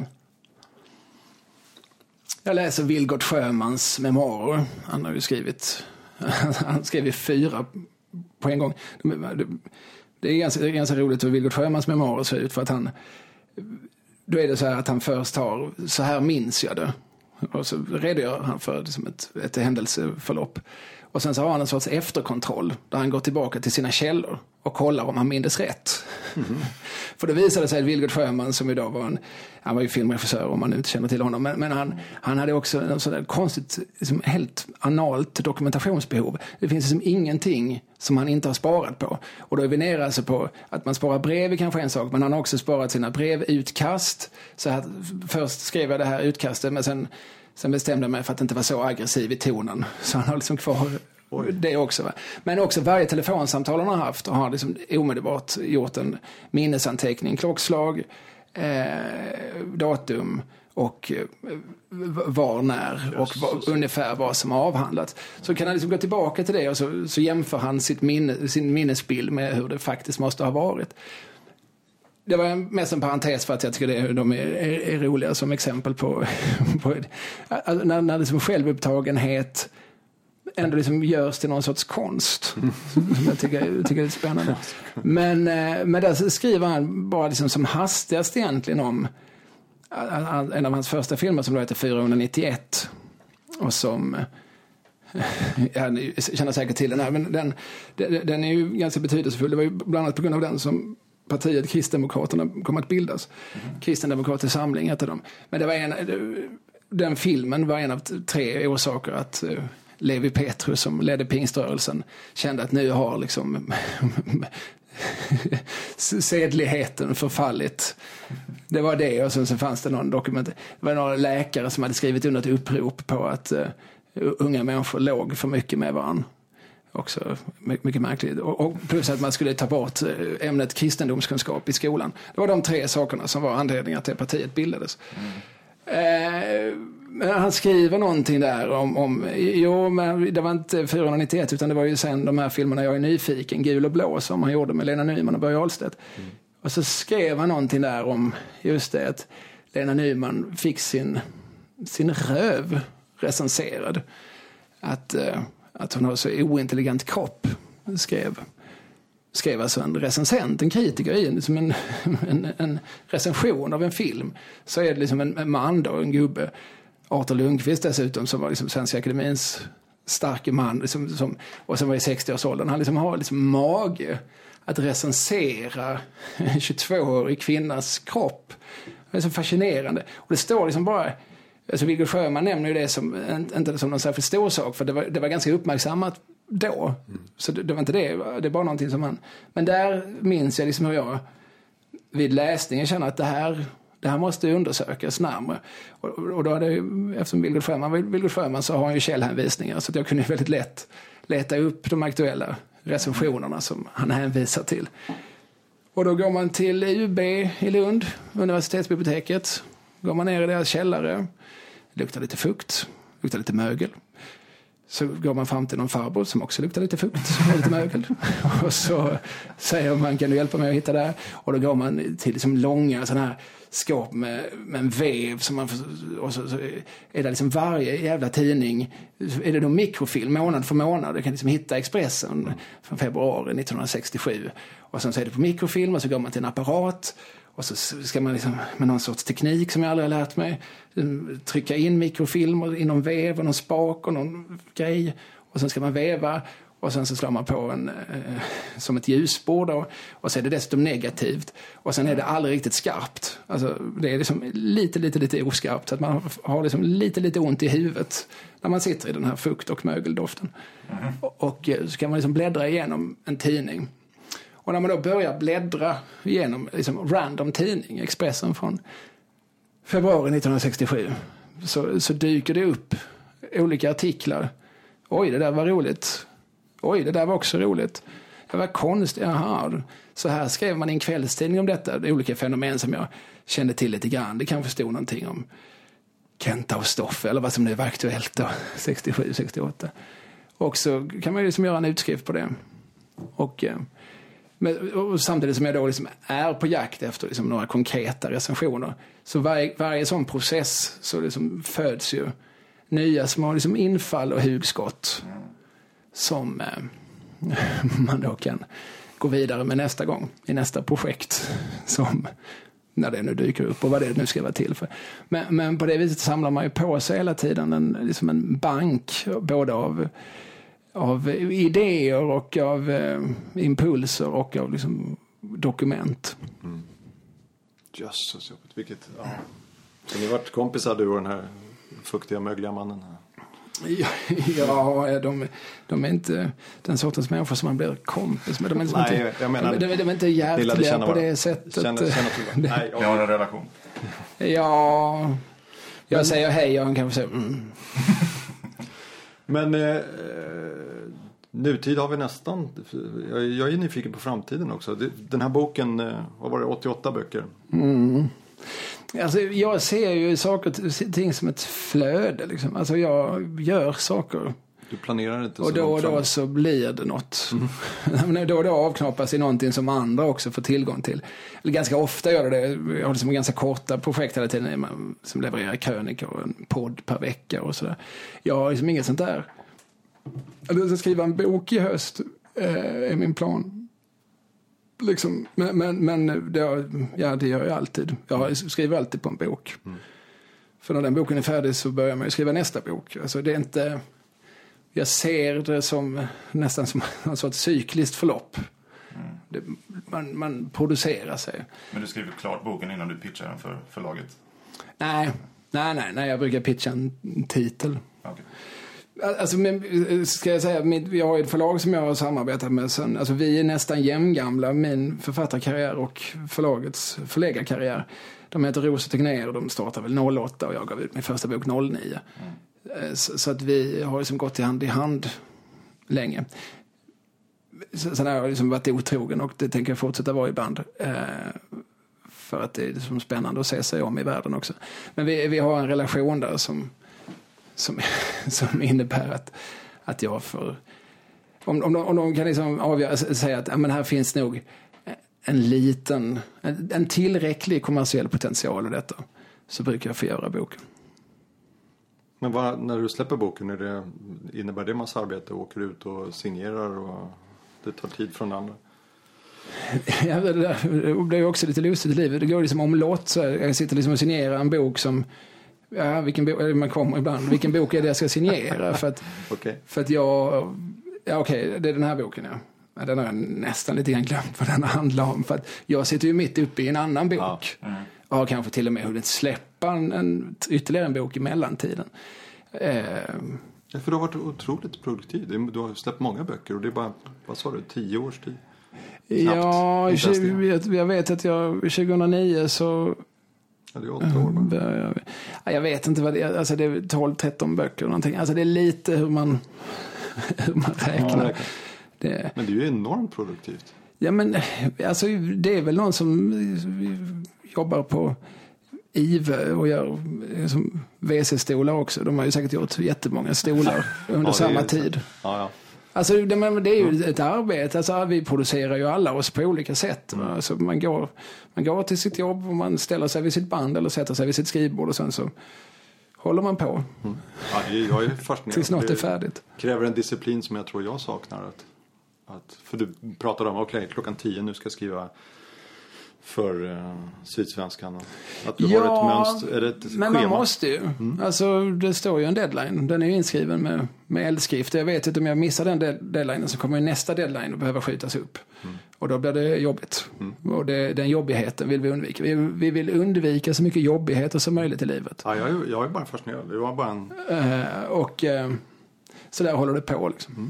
Jag läser Vilgot Sjömans memoarer. Han har ju skrivit 4 på en gång. Det är ganska roligt hur Vilgot Sjömans memoarer ser ut, för att då är det så här att han först har, så här minns jag det, och så redogör han för liksom ett händelseförlopp, Och sen så har han en sorts efterkontroll där han går tillbaka till sina källor och kollar om han minns rätt. För det visade sig att Vilgot Sjöman, som idag han var ju filmregissör om man inte känner till honom, men han hade också en sån konstigt, liksom helt analt dokumentationsbehov. Det finns liksom ingenting som han inte har sparat på. Och då är vi nere alltså på att man sparar brev är kanske en sak, men han har också sparat sina brevutkast. Så här, först skrev jag det här utkastet, men sen bestämde jag mig för att inte vara så aggressiv i tonen. Så han har liksom kvar det också. Va? Men också varje telefonsamtal han har haft och har liksom omedelbart gjort en minnesanteckning, klockslag, datum och var, när och ungefär vad som har avhandlat. Så kan han liksom gå tillbaka till det och så jämför han sin minnesbild med hur det faktiskt måste ha varit. Det var mest en parentes för att jag tycker de är roliga som exempel på när liksom självupptagenhet ändå liksom görs till någon sorts konst. Som jag tycker är spännande. Men där skriver han bara liksom som hastigast egentligen om en av hans första filmer som då heter 491 och som jag känner säkert till den här, men den är ju ganska betydelsefull. Det var ju bland annat på grund av den som partiet Kristdemokraterna kom att bildas. Kristdemokratisk samling heter de. Men det var den filmen var en av 3 orsaker att Levi Petrus som ledde pingströrelsen kände att nu har liksom sedligheten förfallit. Det var det, och sen så fanns det någon dokument. Det var några läkare som hade skrivit under ett upprop på att unga människor låg för mycket med varandra. Också mycket märkligt. Och plus att man skulle ta bort ämnet kristendomskunskap i skolan. Det var de 3 sakerna som var anledningar till att partiet bildades. Men han skriver någonting där men det var inte 491 utan det var ju sen de här filmerna Jag är nyfiken, Gul och blå, som han gjorde med Lena Nyman och Börje Ahlstedt. Och så skrev han någonting där om just det att Lena Nyman fick sin röv recenserad. Att hon har så ointelligent kropp, skrev alltså en recensent, en kritiker i liksom en recension av en film. Så är det liksom en man då, en gubbe, Arthur Lundqvist dessutom, som var liksom Svenska Akademins starke man liksom, och som var i 60-årsåldern. Han liksom har liksom mage att recensera en 22-årig kvinnas kropp. Det är så fascinerande. Och det står liksom bara, alltså Vilgot Sjöman nämner ju det som inte som någon särskilt stor sak, för det var ganska uppmärksammat då. Så det var inte det är bara någonting som han. Men där minns jag liksom hur jag vid läsningen känner att det här måste undersökas närmare. Och då hade eftersom Vilgot Sjöman så har han ju källhänvisningar, så att jag kunde väldigt lätt leta upp de aktuella recensionerna som han hänvisar till. Och då går man till UB i Lund, universitetsbiblioteket. Går man ner i deras källare, luktar lite fukt, luktar lite mögel. Så går man fram till någon farbror som också luktar lite fukt och lite mögel. Och så säger man, kan du hjälpa mig att hitta där? Och då går man till liksom långa sådana här skåp med en vev. Och så är det liksom varje jävla tidning. Är det då mikrofilm månad för månad? Du kan liksom hitta Expressen från februari 1967. Och sen så är det på mikrofilm och så går man till en apparat. Och så ska man liksom, med någon sorts teknik som jag aldrig har lärt mig, trycka in mikrofilmer i någon vev och någon spak och någon grej. Och sen ska man veva och sen så slår man på som ett ljusbord då. Och så är det dessutom negativt. Och sen är det aldrig riktigt skarpt. Alltså det är liksom lite oskarpt. Så att man har liksom lite ont i huvudet när man sitter i den här fukt- och mögeldoften. Och så kan man liksom bläddra igenom en tidning. Och när man då börjar bläddra igenom liksom random tidning, Expressen från februari 1967, så dyker det upp olika artiklar. Oj, det där var roligt. Oj, det där var också roligt. Det var konstigt. Jaha. Så här skrev man i en kvällstidning om detta. Det är olika fenomen som jag kände till lite grann. Det kanske stod någonting om Kenta och Stoffe eller vad som nu var aktuellt då, 67, 68. Och så kan man ju liksom göra en utskrift på det. Och samtidigt som jag då liksom är på jakt efter liksom några konkreta recensioner, så varje sån process så liksom föds ju nya små liksom infall och hugskott som man då kan gå vidare med nästa gång i nästa projekt, som när det nu dyker upp och vad det nu ska vara till för. Men på det viset samlar man ju på sig hela tiden liksom en bank både av av idéer och av impulser och av liksom dokument. Jösses, vilket... Ja. Så ni har varit kompisar, du och den här fuktiga, mögliga mannen här? Ja, de är inte den sortens människor som man blir kompis med. De är inte hjärtliga på det sättet. Nej, jag har en relation. Ja, jag säger hej och han kanske säger Men nutid har vi nästan... Jag är nyfiken på framtiden också. Den här boken, vad var det, 88 böcker? Alltså, jag ser ju saker och ting som ett flöde. Liksom. Alltså, jag gör saker. Du planerar inte så. Och då så blir det något. Då och då avknoppas i någonting som andra också får tillgång till. Eller ganska ofta gör det. Jag har liksom ganska korta projekt hela tiden som levererar krönikor och en podd per vecka och sådär. Jag har liksom inget sånt där. Jag ska skriva en bok i höst är min plan. Liksom, men det gör jag alltid. Jag skriver alltid på en bok. För när den boken är färdig så börjar man ju skriva nästa bok. Alltså det är inte... Jag ser det som nästan som en sorts cykliskt förlopp. Man producerar sig. Men du skriver klart boken innan du pitchar den för förlaget? Nej, jag brukar pitcha en titel. Okay. Alltså, men, ska jag säga, jag har ett förlag som jag har samarbetat med sen. Alltså, vi är nästan jämngamla, min författarkarriär och förlagets förläggarkarriär. De heter Ros och Tegnér och de startade väl 08 och jag gav ut min första bok 09. Så att vi har liksom gått hand i hand länge. Sen har jag liksom varit otrogen och det tänker jag fortsätta vara ibland. För att det är liksom spännande att se sig om i världen också. Men vi har en relation där som innebär att jag får... Om de kan liksom avgöra, säga att men här finns nog en tillräcklig kommersiell potential i detta, så brukar jag få göra boken. Men när du släpper boken, innebär det massa arbete? Åker ut och signerar och det tar tid från andra? Ja, det blir också lite lustigt i livet. Det går liksom omlott. Så jag sitter liksom och signerar en bok som... Ja, vilken bok, man kommer ibland. Vilken bok är det jag ska signera? För att jag... Ja, okej, det är den här boken, ja. Ja, den har jag nästan lite grann glömt vad den handlar om. För att jag sitter ju mitt uppe i en annan bok. Ja. Och har kanske till och med hunnit släppa ytterligare en bok i mellantiden. Ja, för du har varit otroligt produktiv. Du har släppt många böcker och det är bara, vad sa du, 10 års tid? Knappt. Ja, jag vet att 2009 så... Ja, det är 8 år. Jag vet inte vad det är. Alltså det är 12-13 böcker eller någonting. Alltså det är lite hur man räknar. Ja, men det är ju enormt produktivt. Ja, men alltså det är väl någon som jobbar på IVE och gör liksom WC-stolar också. De har ju säkert gjort jättemånga stolar under samma tid. Ja. Alltså det är ju ett arbete. Alltså, vi producerar ju alla oss på olika sätt. Alltså, man går till sitt jobb och man ställer sig vid sitt band eller sätter sig vid sitt skrivbord och sen så håller man på. Ja, jag är fascinerad. Tills något är färdigt. Kräver en disciplin som jag tror jag saknar. För du pratade om klockan 10 nu ska jag skriva för Sydsvenskan. Att du har ett mönster, är det ett men schema? Man måste ju. Alltså det står ju en deadline. Den är ju inskriven med eldskrift. Jag vet att om jag missar den deadlinen så kommer nästa deadline att behöva skjutas upp. Och då blir det jobbigt. Och den jobbigheten vill vi undvika. Vi vill undvika så mycket jobbigheter som möjligt i livet. Ja, jag är bara fascinerad. Det var bara en... så där håller det på liksom.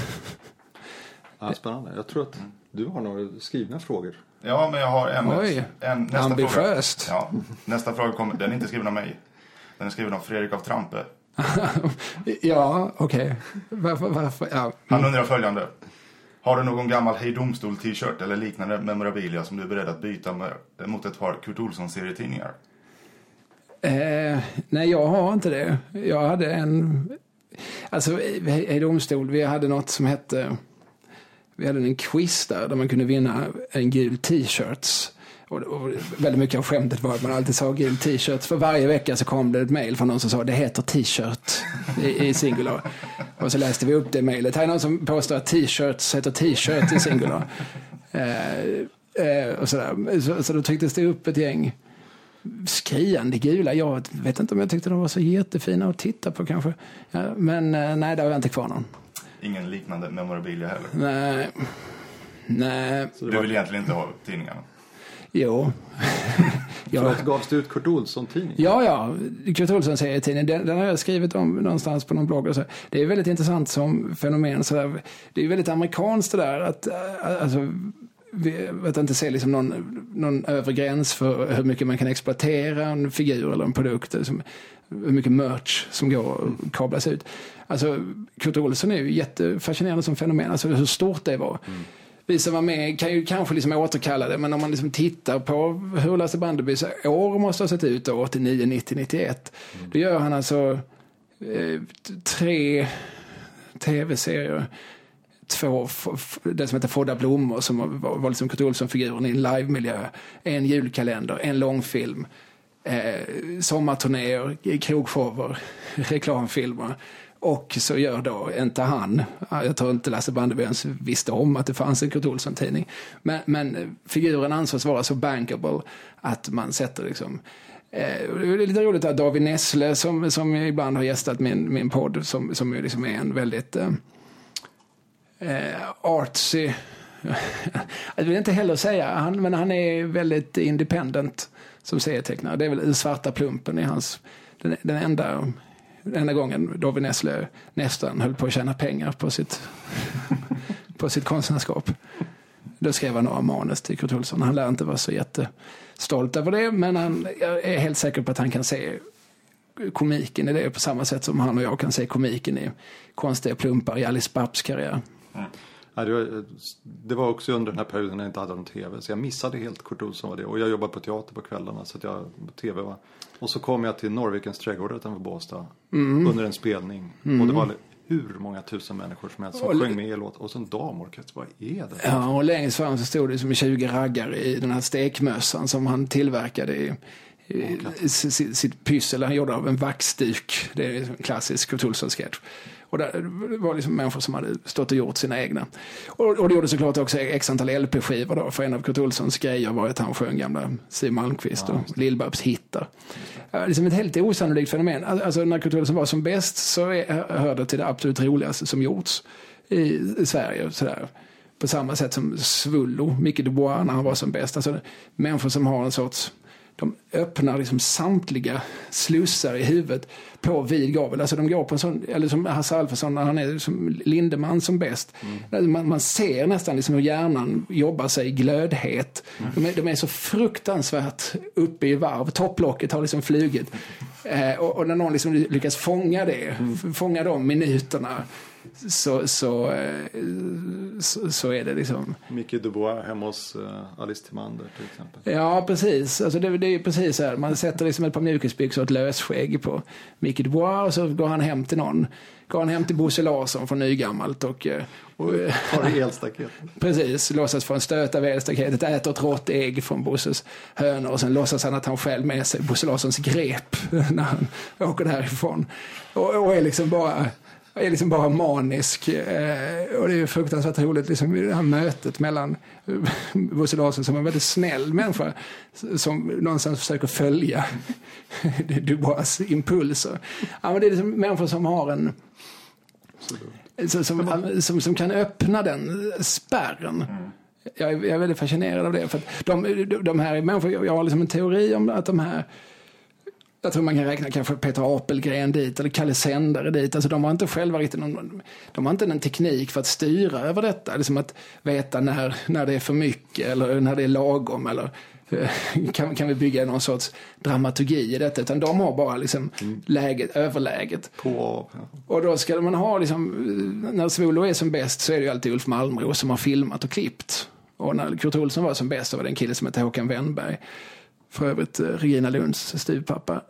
Ja, spännande. Jag tror att du har några skrivna frågor. Ja, men jag har nästa ambitiöst. Fråga. Ja, nästa fråga kommer. Den är inte skriven av mig. Den är skriven av Fredrik af Trampe. Ja, okej. Varför? Ja. Han undrar följande. Har du någon gammal Hej Domstol t-shirt eller liknande memorabilia som du är beredd att byta mot ett par Kurt Olsson-serietidningar? Nej, jag har inte det. Jag hade alltså Hej Domstol, vi hade något som hette... Vi hade en quiz där man kunde vinna en gul t-shirts. Och väldigt mycket av skämtet var att man alltid sa gul t-shirts. För varje vecka så kom det ett mejl från någon som sa det heter t-shirt i singular. Och så läste vi upp det mejlet. Här är någon som påstår att t-shirts heter t-shirt i singular. Och sådär. Så då trycktes det upp ett gäng skriande gula. Jag vet inte om jag tyckte de var så jättefina att titta på kanske. Ja, men nej, där har jag inte kvar någon. ingen liknande memorabilia heller. Nej. Du vill egentligen inte ha tidningarna? Jo. Förlåt, gavs det ut Kurt Olsson-tidning? Ja. Kurt Olsson-serietidning. Den har jag skrivit om någonstans på någon blogg. Och så. Det är väldigt intressant som fenomen. Så där. Det är väldigt amerikanskt det där. Att, alltså, att inte se liksom någon övre gräns för hur mycket man kan exploatera en figur eller en produkt. Hur mycket merch som går att kablas ut. Alltså, Kurt Olsson är ju jättefascinerande som fenomen. Alltså hur stort det var. Vi som var med kan ju kanske liksom återkalla det, men om man liksom tittar på hur Lasse Brandebys år måste ha sett ut då, 89, 90, 91, då gör han alltså 3 tv-serier, 2, det som heter Fodda blommor som var liksom Kurt Olsson-figuren i en live-miljö, en julkalender, en långfilm, sommarturnéer, krogshower, reklamfilmer. Och så gör då inte han, jag tror inte Lasse Brandeby ens visste om att det fanns en Kurt Olsson-tidning, men figuren ansågs vara så bankable att man sätter liksom det är lite roligt att David Nessle som ibland har gästat min podd som liksom är en väldigt artsy jag vill inte heller säga men han är väldigt independent som serietecknare. Det är väl Svarta plumpen i hans den enda gången David Nessle nästan höll på att tjäna pengar på sitt konstnärskap. Då skrev han några manus till Kurt Olsson. Han lär inte vara så jättestolt över det, men jag är helt säker på att han kan se komiken i det på samma sätt som han och jag kan se komiken i konstiga plumpar i Alice Babs karriär. Ja, det var också under den här perioden när jag inte hade någon tv. Så jag missade helt Kurt Olsson var det. Och jag jobbade på teater på kvällarna så att jag på tv var. Och så kom jag till Norrvikens trädgård utanför Båstad under en spelning. Och det var hur många tusen människor som helst som sjöng med i låt. Och så en damorkester, vad är det? Ja, och längst fram så stod det som 20 raggar i den här stekmössan som han tillverkade i sitt pyssel. Han gjorde av en vaxduk. Det är en klassisk Kurt Olsson-sketch. Och det var liksom människor som hade stått och gjort sina egna. Och det gjorde såklart också x antal LP-skivor då. För en av Kurt Olssons grejer var att han sjöng gamla Siw Malmkvist och Lill-Babs hittar. Liksom ett helt osannolikt fenomen. Alltså när Kurt Olsson var som bäst så hörde till det absolut roligaste som gjorts i Sverige. Sådär. På samma sätt som Svullo, Micke Dubois när han var som bäst. Alltså människor som har en sorts... De öppnar liksom samtliga slussar i huvudet på vid gavel. Alltså de går på en sån, eller som Hasse Alfredson när han är som Lindemann som bäst. Man ser nästan liksom hur hjärnan jobbar sig i glödhet. De är så fruktansvärt uppe i varv. Topplocket har liksom flugit. Och när någon liksom lyckas fånga de minuterna så är det liksom... Micke Dubois hemma hos Alice Timander till exempel. Ja, precis. Alltså det är precis så här. Man sätter liksom ett par mjukisbyxor och ett lösskägg på Micke Dubois och så går han hem till någon. Går han hem till Bosse Larsson från Nygammalt och har elstaket. Precis, låtsas få en stöt av elstaketet, äter ett rått ägg från Bosses hönor och sen låtsas han att han själv med sig Bosse Larssons grep när han åker därifrån. Och är liksom bara manisk och det är fruktansvärt roligt liksom, det här mötet mellan Bosse Larsson som är en väldigt snäll människa som någonstans försöker följa Dubois impulser. Ja, men det är liksom människor som har en som kan öppna den spärren. Jag är väldigt fascinerad av det för att de här människor, jag har liksom en teori om att de här, jag tror man kan räkna kanske Peter Apelgren dit eller Kalle Sändare dit. Alltså de har inte själva riktigt de har inte en teknik för att styra över detta. Liksom att veta när det är för mycket eller när det är lagom eller kan vi bygga någon sorts dramaturgi i detta. Utan de har bara liksom överläget. Och då ska man ha liksom, när Svullo är som bäst så är det ju alltid Ulf Malmros som har filmat och klippt. Och när Kurt Olsson var som bäst så var det en kille som heter Håkan Wennberg. För övrigt Regina Lunds styvpappa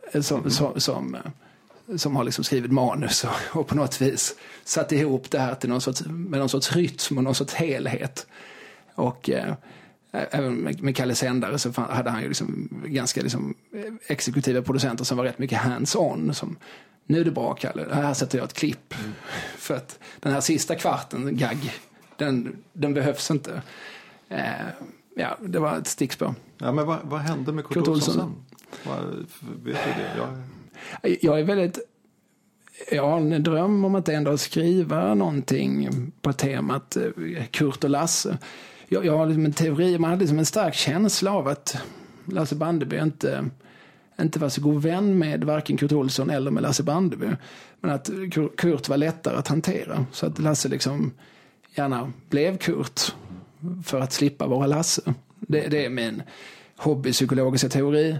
som har liksom skrivit manus och på något vis satt ihop det här till med någon sorts rytm och någon sorts helhet. Och även med Kalle Sändare så hade han ju liksom ganska liksom exekutiva producenter som var rätt mycket hands-on. Som, nu är det bra Kalle, här sätter jag ett klipp. För att den här sista kvarten gag, den behövs inte. Ja, det var ett stickspår. Ja, men vad hände med Kurt Olsson sen? Vet du det? Jag är väldigt... jag har en dröm om att ändå skriva någonting på temat Kurt och Lasse. Jag har liksom en teori, man hade liksom en stark känsla av att Lasse Brandeby inte var så god vän med varken Kurt Olsson eller med Lasse Brandeby. Men att Kurt var lättare att hantera. Så att Lasse liksom gärna blev Kurt för att slippa vara Lasse. Det är min hobbypsykologiska teori.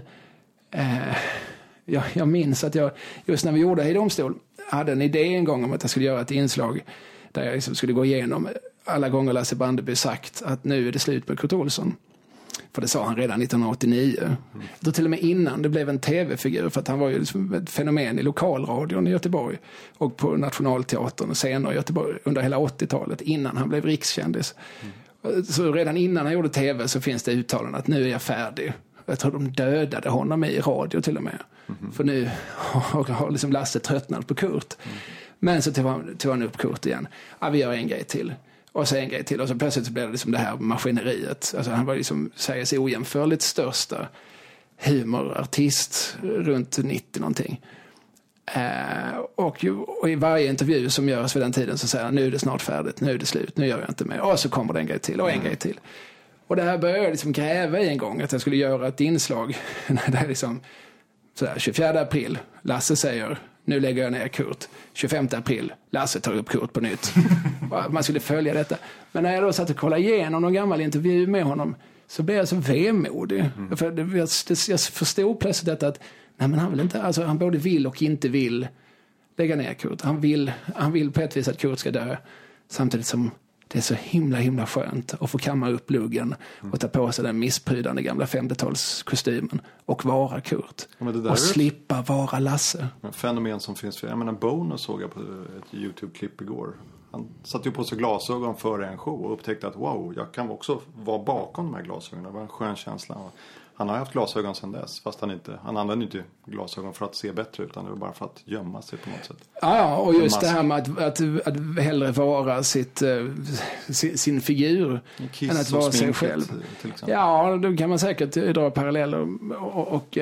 Jag minns att jag, just när vi gjorde Hej domstol, hade en idé en gång om att jag skulle göra ett inslag där jag liksom skulle gå igenom alla gånger Lasse Brandeby sagt att nu är det slut med Kurt Olsson. För det sa han redan 1989. Då till och med innan det blev en tv-figur, för att han var ju liksom ett fenomen i lokalradion i Göteborg och på Nationalteatern och senare i Göteborg under hela 80-talet innan han blev rikskändis. Så redan innan han gjorde tv så finns det uttalanden att nu är jag färdig. Jag tror de dödade honom i radio till och med. För nu har liksom Lasse tröttnat på Kurt. Men så tog han upp Kurt igen. Ja, vi gör en grej till. Och så en grej till. Och så plötsligt så blev det liksom det här maskineriet. Alltså han var liksom Sveriges ojämförligt största humorartist runt 90 någonting. Och i varje intervju som görs vid den tiden så säger han, nu är det snart färdigt, nu är det slut, nu gör jag inte mer. Och så kommer det en grej till och en grej till. Och det här började jag liksom gräva i en gång, att jag skulle göra ett inslag där liksom sådär, 24 april, Lasse säger, nu lägger jag ner Kurt. 25 april, Lasse tar upp Kurt på nytt. Man skulle följa detta. Men när jag då satt och kollade igenom någon gammal intervju med honom så blev jag så vemodig. För jag förstod plötsligt detta att nej, men han vill inte, alltså han både vill och inte vill lägga ner Kurt. Han vill på ett vis att Kurt ska dö, samtidigt som det är så himla skönt att få kamma upp luggen och ta på sig den missprydande gamla 50-talskostymen och vara Kurt. Ja, och slippa vara Lasse. En fenomen som finns. Jag menar, Bono såg jag på ett YouTube-klipp igår. Han satte ju på sig glasögon före en show och upptäckte att wow, jag kan också vara bakom de här glasögonen. Det var en skön känsla. Han har haft glasögon sedan dess, fast han använder inte glasögon för att se bättre, utan det var bara för att gömma sig på något sätt. Ja, och just det här med att hellre vara sin figur än att vara sig själv. Ja, då kan man säkert dra paralleller och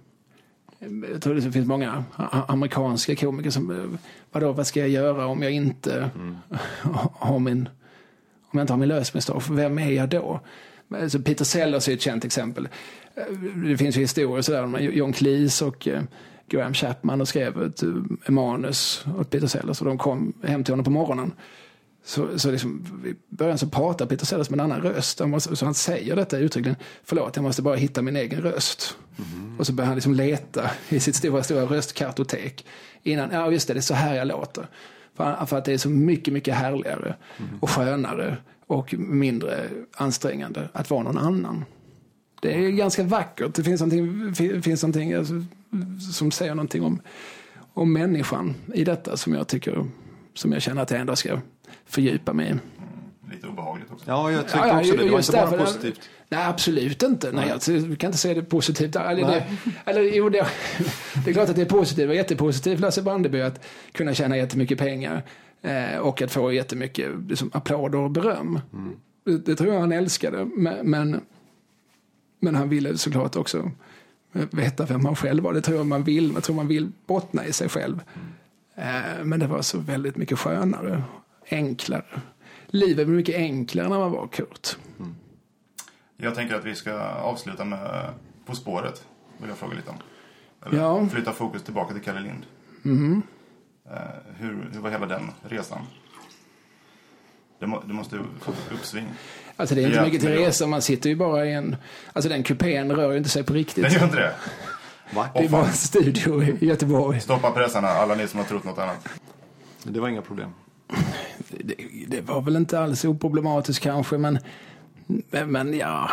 jag tror det finns många amerikanska komiker som vad ska jag göra om jag inte om jag inte har min lösmustasch? Vem är jag då? Så Peter Sellers är ett känt exempel. Det finns ju historier sådär med John Cleese och Graham Chapman och skrev ett manus åt Peter Sellers och de kom hem till honom på morgonen. Så liksom, i början så pratar Peter Sellers med en annan röst. Så han säger detta uttryckligen. Förlåt, jag måste bara hitta min egen röst. Och så börjar han liksom leta i sitt stora röstkartotek. Innan, ja just det är så här jag låter. För att det är så mycket härligare och skönare och mindre ansträngande att vara någon annan. Det är ganska vackert. Det finns någonting alltså, som säger någonting om människan i detta som jag känner att jag ändå ska fördjupa mig i. Lite obehagligt också. Ja, jag tyckte också det. Det var inte bara positivt. Nej, absolut inte. Nej, jag kan inte säga det positivt. Det är klart att det är positivt och jättepositivt Lasse Brandeby att kunna tjäna jättemycket pengar och att få jättemycket liksom, applåder och beröm. Det tror jag han älskade. Men han ville såklart också veta vem man själv var. Det tror jag man vill. Jag tror man vill bottna i sig själv. Men det var så väldigt mycket skönare, enklare. Livet blev mycket enklare när man var Kurt. Jag tänker att vi ska avsluta med På spåret. Vill jag fråga lite om. Eller flytta fokus tillbaka till Kalle Lind. Hur var hela den resan? Det måste få ett uppsving. Alltså det är inte mycket till resa. Man sitter ju bara i en... Alltså den kupén rör ju inte sig på riktigt. Den gör inte det? Va? Det var en studio i Göteborg. Stoppa pressarna, alla ni som har trott något annat. Det var inga problem. Det var väl inte alls oproblematiskt kanske, men ja.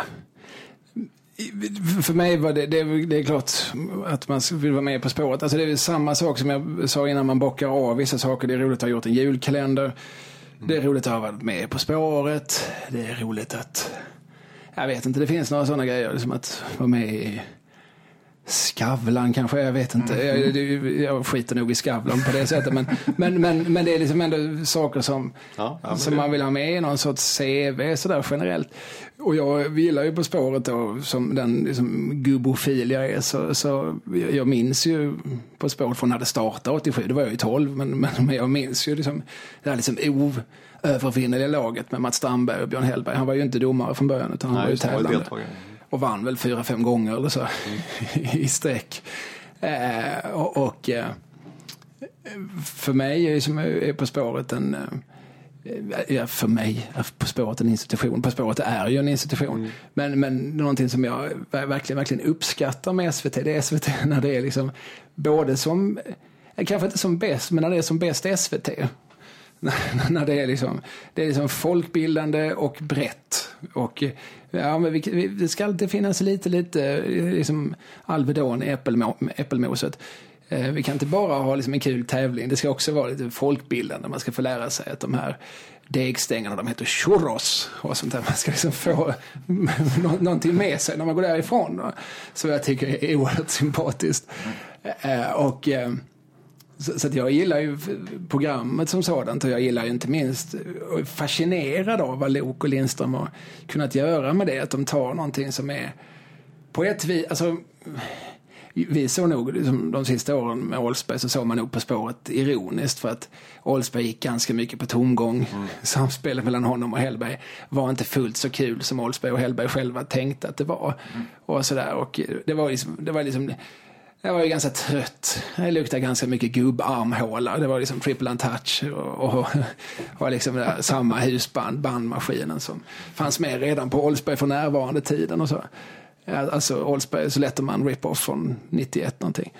För mig var det är klart att man vill vara med På spåret. Alltså det är samma sak som jag sa innan, man bockar av vissa saker. Det är roligt att ha gjort en julkalender. Det är roligt att ha varit med På spåret. Det är roligt att... Jag vet inte, det finns några sådana grejer som att vara med i Skavlan kanske, jag vet inte. Jag skiter nog i Skavlan på det sättet. Men det är liksom ändå saker som man vill ha med i någon sorts CV sådär generellt. Och jag gillar ju På spåret då, som den liksom gubbofil jag är. Så jag minns ju På spåret från när det startade 87. Det var jag ju 12. Men jag minns ju liksom det här liksom oövervinneliga laget med Mats Strandberg och Björn Hellberg. Han var ju inte domare från början, utan han var ju tävlande. Och vann väl 4-5 gånger eller så i sträck. Och för mig är som är På spåret för mig är På spåret en institution. På spåret är ju en institution. Men någonting som jag verkligen uppskattar med SVT, det är SVT när det är liksom både som, kanske inte som bäst, men när det är som bäst SVT. När det är liksom folkbildande och brett. Och ja, men det ska alltid finnas lite liksom Alvedon i äppelmoset. Vi kan inte bara ha liksom en kul tävling. Det ska också vara lite folkbildande. Man ska få lära sig att de här degstängerna, de heter churros och sånt där. Man ska liksom få någonting med sig när man går därifrån. Så jag tycker är oerhört sympatiskt. Och så att jag gillar ju programmet som sådant, och jag gillar ju inte minst och är fascinerad av vad Lok och Lindström har kunnat göra med det, att de tar någonting som är på ett vis, alltså vi såg nog liksom, de sista åren med Oldsberg, så såg man nog På spåret ironiskt, för att Oldsberg gick ganska mycket på tomgång. Samspelet mellan honom och Hellberg var inte fullt så kul som Oldsberg och Hellberg själva tänkte att det var. Och sådär, och det var ju ganska trött. Det luktade ganska mycket gubbarmhåla. Det var liksom triple untouch och liksom där, samma bandmaskinen som fanns med redan på Oldsberg från närvarande tiden och så. Alltså Oldsberg, så lätt man rip-off från 91 någonting.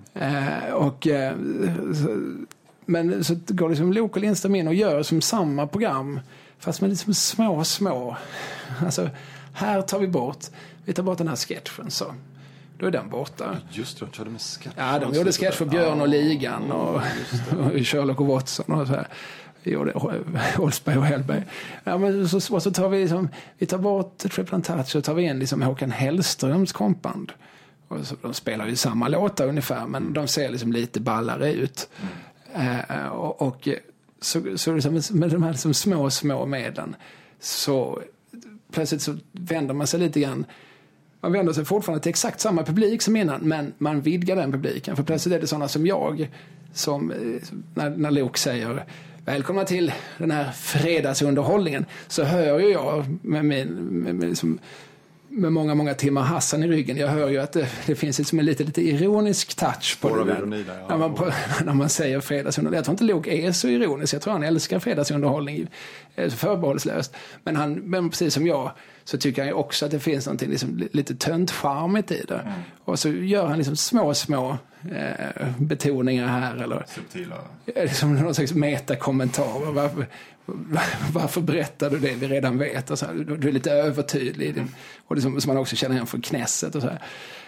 Men så går liksom Lok och Lindström in och gör som samma program, fast med liksom små. Alltså, här tar vi tar bort den här sketchen, så då är den borta. Just det, de körde med sketch. Ja, de gjorde sketch för Björn och Ligan och Sherlock och Watson och så här. gjorde Oldsberg och Hellberg. Ja, men så tar vi liksom, vi tar bort Triple Touch och tar vi in liksom Håkan Hellströms kompband. Och så, de spelar ju samma låtar ungefär, men de ser liksom lite ballare ut. Så liksom, med de här liksom små medlen så plötsligt så vänder man sig lite grann. Man vänder sig fortfarande till exakt samma publik som innan, men man vidgar den publiken. För plötsligt är det sådana som jag som när Lok säger välkomna till den här fredagsunderhållningen, så hör ju jag med många timmar Hassan i ryggen. Jag hör ju att det finns liksom en lite ironisk touch på det där. När man säger fredagsunderhållning. Jag tror inte Lok är så ironisk. Jag tror han älskar fredagsunderhållning förbehållslöst. Men precis som jag så tycker han ju också att det finns någonting liksom lite töntcharmigt i det. Och så gör han liksom små betoningar här. Eller subtila. Liksom någon slags metakommentar. Varför berättar du det vi redan vet? Och så här, du är lite övertydlig. Och det som man också känner igen från Knesset och så här.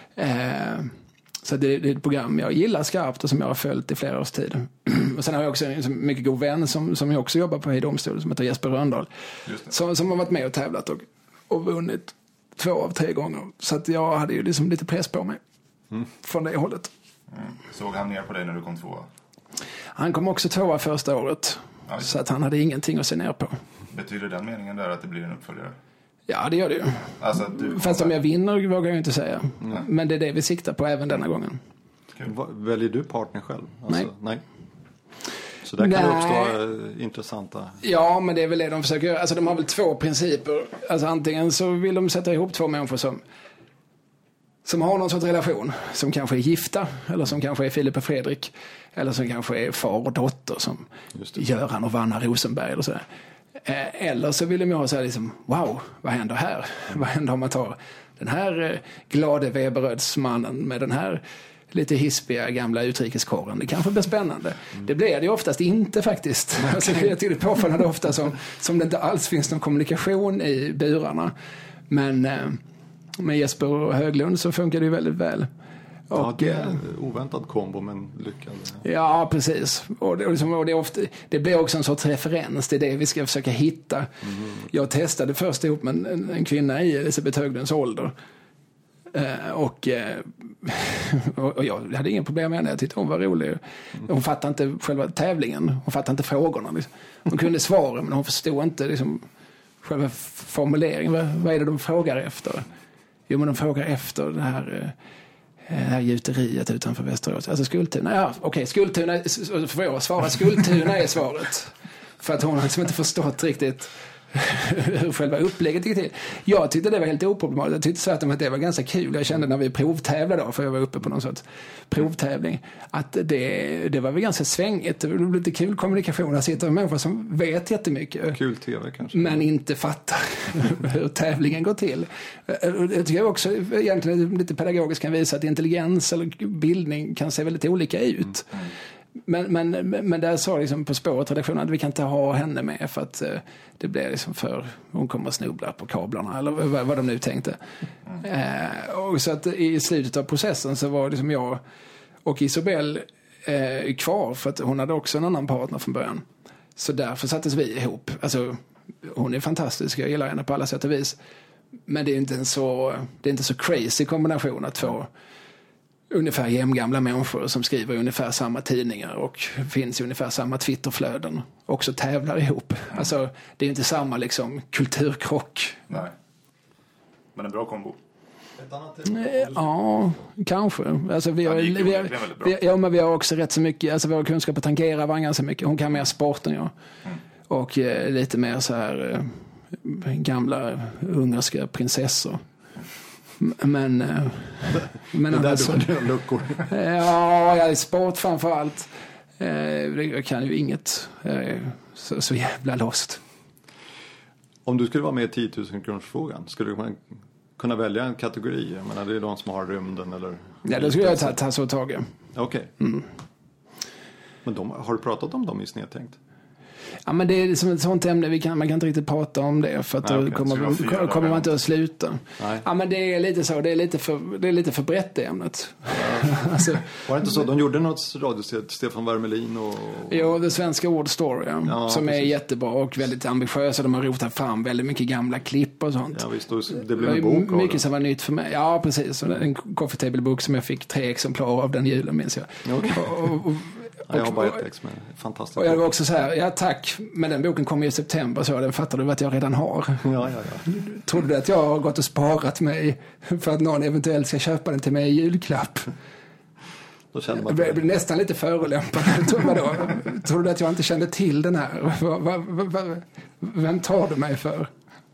Så det är ett program jag gillar skarpt och som jag har följt i flera års tid. Och sen har jag också en mycket god vän som jag också jobbar på i domstol, som heter Jesper Röndahl. Som har varit med och tävlat och vunnit 2 av 3 gånger. Så att jag hade ju liksom lite press på mig från det hållet. Såg han ner på dig när du kom 2? Han kom också 2 första året. Ja, så att han hade ingenting att se ner på. Betyder den meningen där att det blir en uppföljare? Ja, det gör det ju. Alltså, fast om jag vinner vågar jag inte säga. Men det är det vi siktar på även denna gången. Väljer du partner själv? Alltså, nej. Så där kan det uppstå intressanta... Ja, men det är väl det de försöker göra. Alltså de har väl 2 principer. Alltså antingen så vill de sätta ihop 2 människor som har någon sorts relation. Som kanske är gifta. Eller som kanske är Filip och Fredrik. Eller som kanske är far och dotter. Som Göran och Vanna Rosenberg eller sådär. Eller så vill de ju ha så här liksom, wow, vad händer här? Vad händer om man tar den här glade Weberödsmannen med den här lite hispiga gamla utrikeskåren? Det kanske blir spännande. Det blir det ju oftast inte faktiskt. Alltså, jag tycker det påfallande ofta som det inte alls finns någon kommunikation i burarna. Men med Jesper och Höglund så funkar det ju väldigt väl. Ja, det är en oväntad kombo, men lyckad. Ja, precis. Och det blir också en sorts referens. Det är det vi ska försöka hitta. Jag testade först ihop med en kvinna i Elisabeth Höglunds ålder. Och jag hade ingen problem med henne. Jag tyckte hon var rolig. Hon fattade inte själva tävlingen. Hon fattade inte frågorna. Liksom. Hon kunde svara, men hon förstod inte liksom, själva formuleringen. Vad är det de frågar efter? Jo, men de frågar efter det här gjuteriet utanför Västerås. Alltså Skultuna. Ja, okej, Skultuna. Får jag svara? Skultuna är svaret. För att hon har liksom inte förstått riktigt hur själva upplägget gick till. Jag tyckte det var helt oproblematiskt. Jag tyckte tvärtom att det var ganska kul. Jag kände när vi provtävlade då, för jag var uppe på någon sorts provtävling, att det var väl ganska svängigt. Det var lite kul kommunikation. Jag sitter med människor som vet jättemycket. Kul tv kanske. Men inte fattar hur tävlingen går till. Jag tycker också egentligen lite pedagogiskt kan visa att intelligens eller bildning kan se väldigt olika ut. Men där sa liksom på spåret redaktionen att vi kan inte ha henne med för att det blir liksom hon kommer att snubbla på kablarna eller vad de nu tänkte. Och så att i slutet av processen så var liksom jag och Isabelle kvar för att hon hade också en annan partner från början. Så därför sattes vi ihop. Alltså, hon är fantastisk, jag gillar henne på alla sätt och vis. Men det är inte så crazy kombination att få ungefär jämngamla människor som skriver ungefär samma tidningar och finns i ungefär samma Twitterflöden också tävlar ihop. Alltså, det är inte samma liksom kulturkrock. Nej. Men en bra kombo. Ja, kanske. Alltså, vi har också rätt så mycket, alltså vår kunskap att tangera var ganska mycket. Hon kan mer sport än jag. Och lite mer så här gamla ungerska prinsessor. Men det där alltså, du har luckor. Ja, jag är sport framförallt. Jag kan ju inget. Så jävla lost. Om du skulle vara med i 10 000 kronorsfrågan, skulle du kunna välja en kategori? Jag menar, det är de som har rymden eller... Ja, det skulle jag ta så tag i. Okej. Men har du pratat om dem i Snedtänkt? Ja, men det är liksom ett sånt ämne man kan inte riktigt prata om det för att då kommer man inte att sluta. Nej. Ja, men det är lite så, det är lite för brett det ämnet. Alltså, var det inte så? De gjorde något radiosätt, Stefan Wermelin och... Jo, det svenska Ord Story, som precis. Är jättebra och väldigt ambitiösa. De har rotat fram väldigt mycket gamla klipp och sånt. Ja, visst, det blev en bok av mycket som var nytt för mig. Ja, precis. En coffee table-bok som jag fick 3 exemplar av den julen, minns jag. Okay. Jag har bara ett ex med fantastiskt. Och jag var också så här, ja tack, men den boken kommer i september så den fattar du att jag redan har. Ja. Trodde du att jag har gått och sparat mig för att någon eventuellt ska köpa den till mig i julklapp? Då känner man jag blev nästan lite förolämpad. Tror du att jag inte kände till den här? Vem tar du mig för?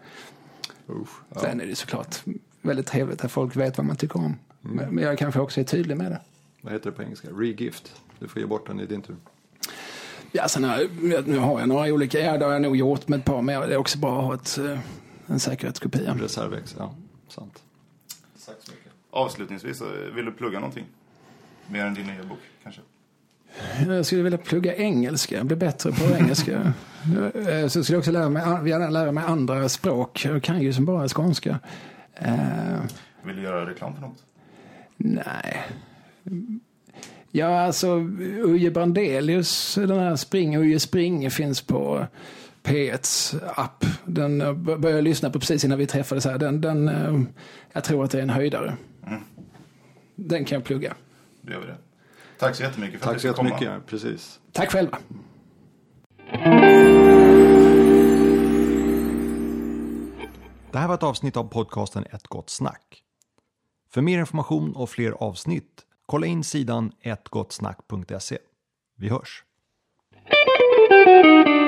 Sen är det såklart väldigt trevligt att folk vet vad man tycker om. Men jag kanske också är tydlig med det. Vad heter det på engelska? Regift. Du får ge bort den i din tur. Ja, sen nu har jag några olika. Ja, det har jag nog gjort med ett par. Men det är också bra att ha en säkerhetskopia. Reservex, ja. Sant. Tack så mycket. Avslutningsvis, vill du plugga någonting? Mer än din nya bok, kanske? Jag skulle vilja plugga engelska. Bli bättre på engelska. Så skulle jag också lära mig andra språk. Jag kan ju som bara skånska. Vill du göra reklam för något? Nej. Ja, alltså Uje Brandelius, den här Uje Spring finns på P1s app. Den började jag lyssna på precis innan vi träffades här. Jag tror att det är en höjdare. Den kan jag plugga. Då gör vi det. Tack så jättemycket för att du fick komma. Tack så jättemycket, precis. Tack själva. Det här var ett avsnitt av podcasten Ett gott snack. För mer information och fler avsnitt, kolla in sidan ettgottsnack.se. Vi hörs.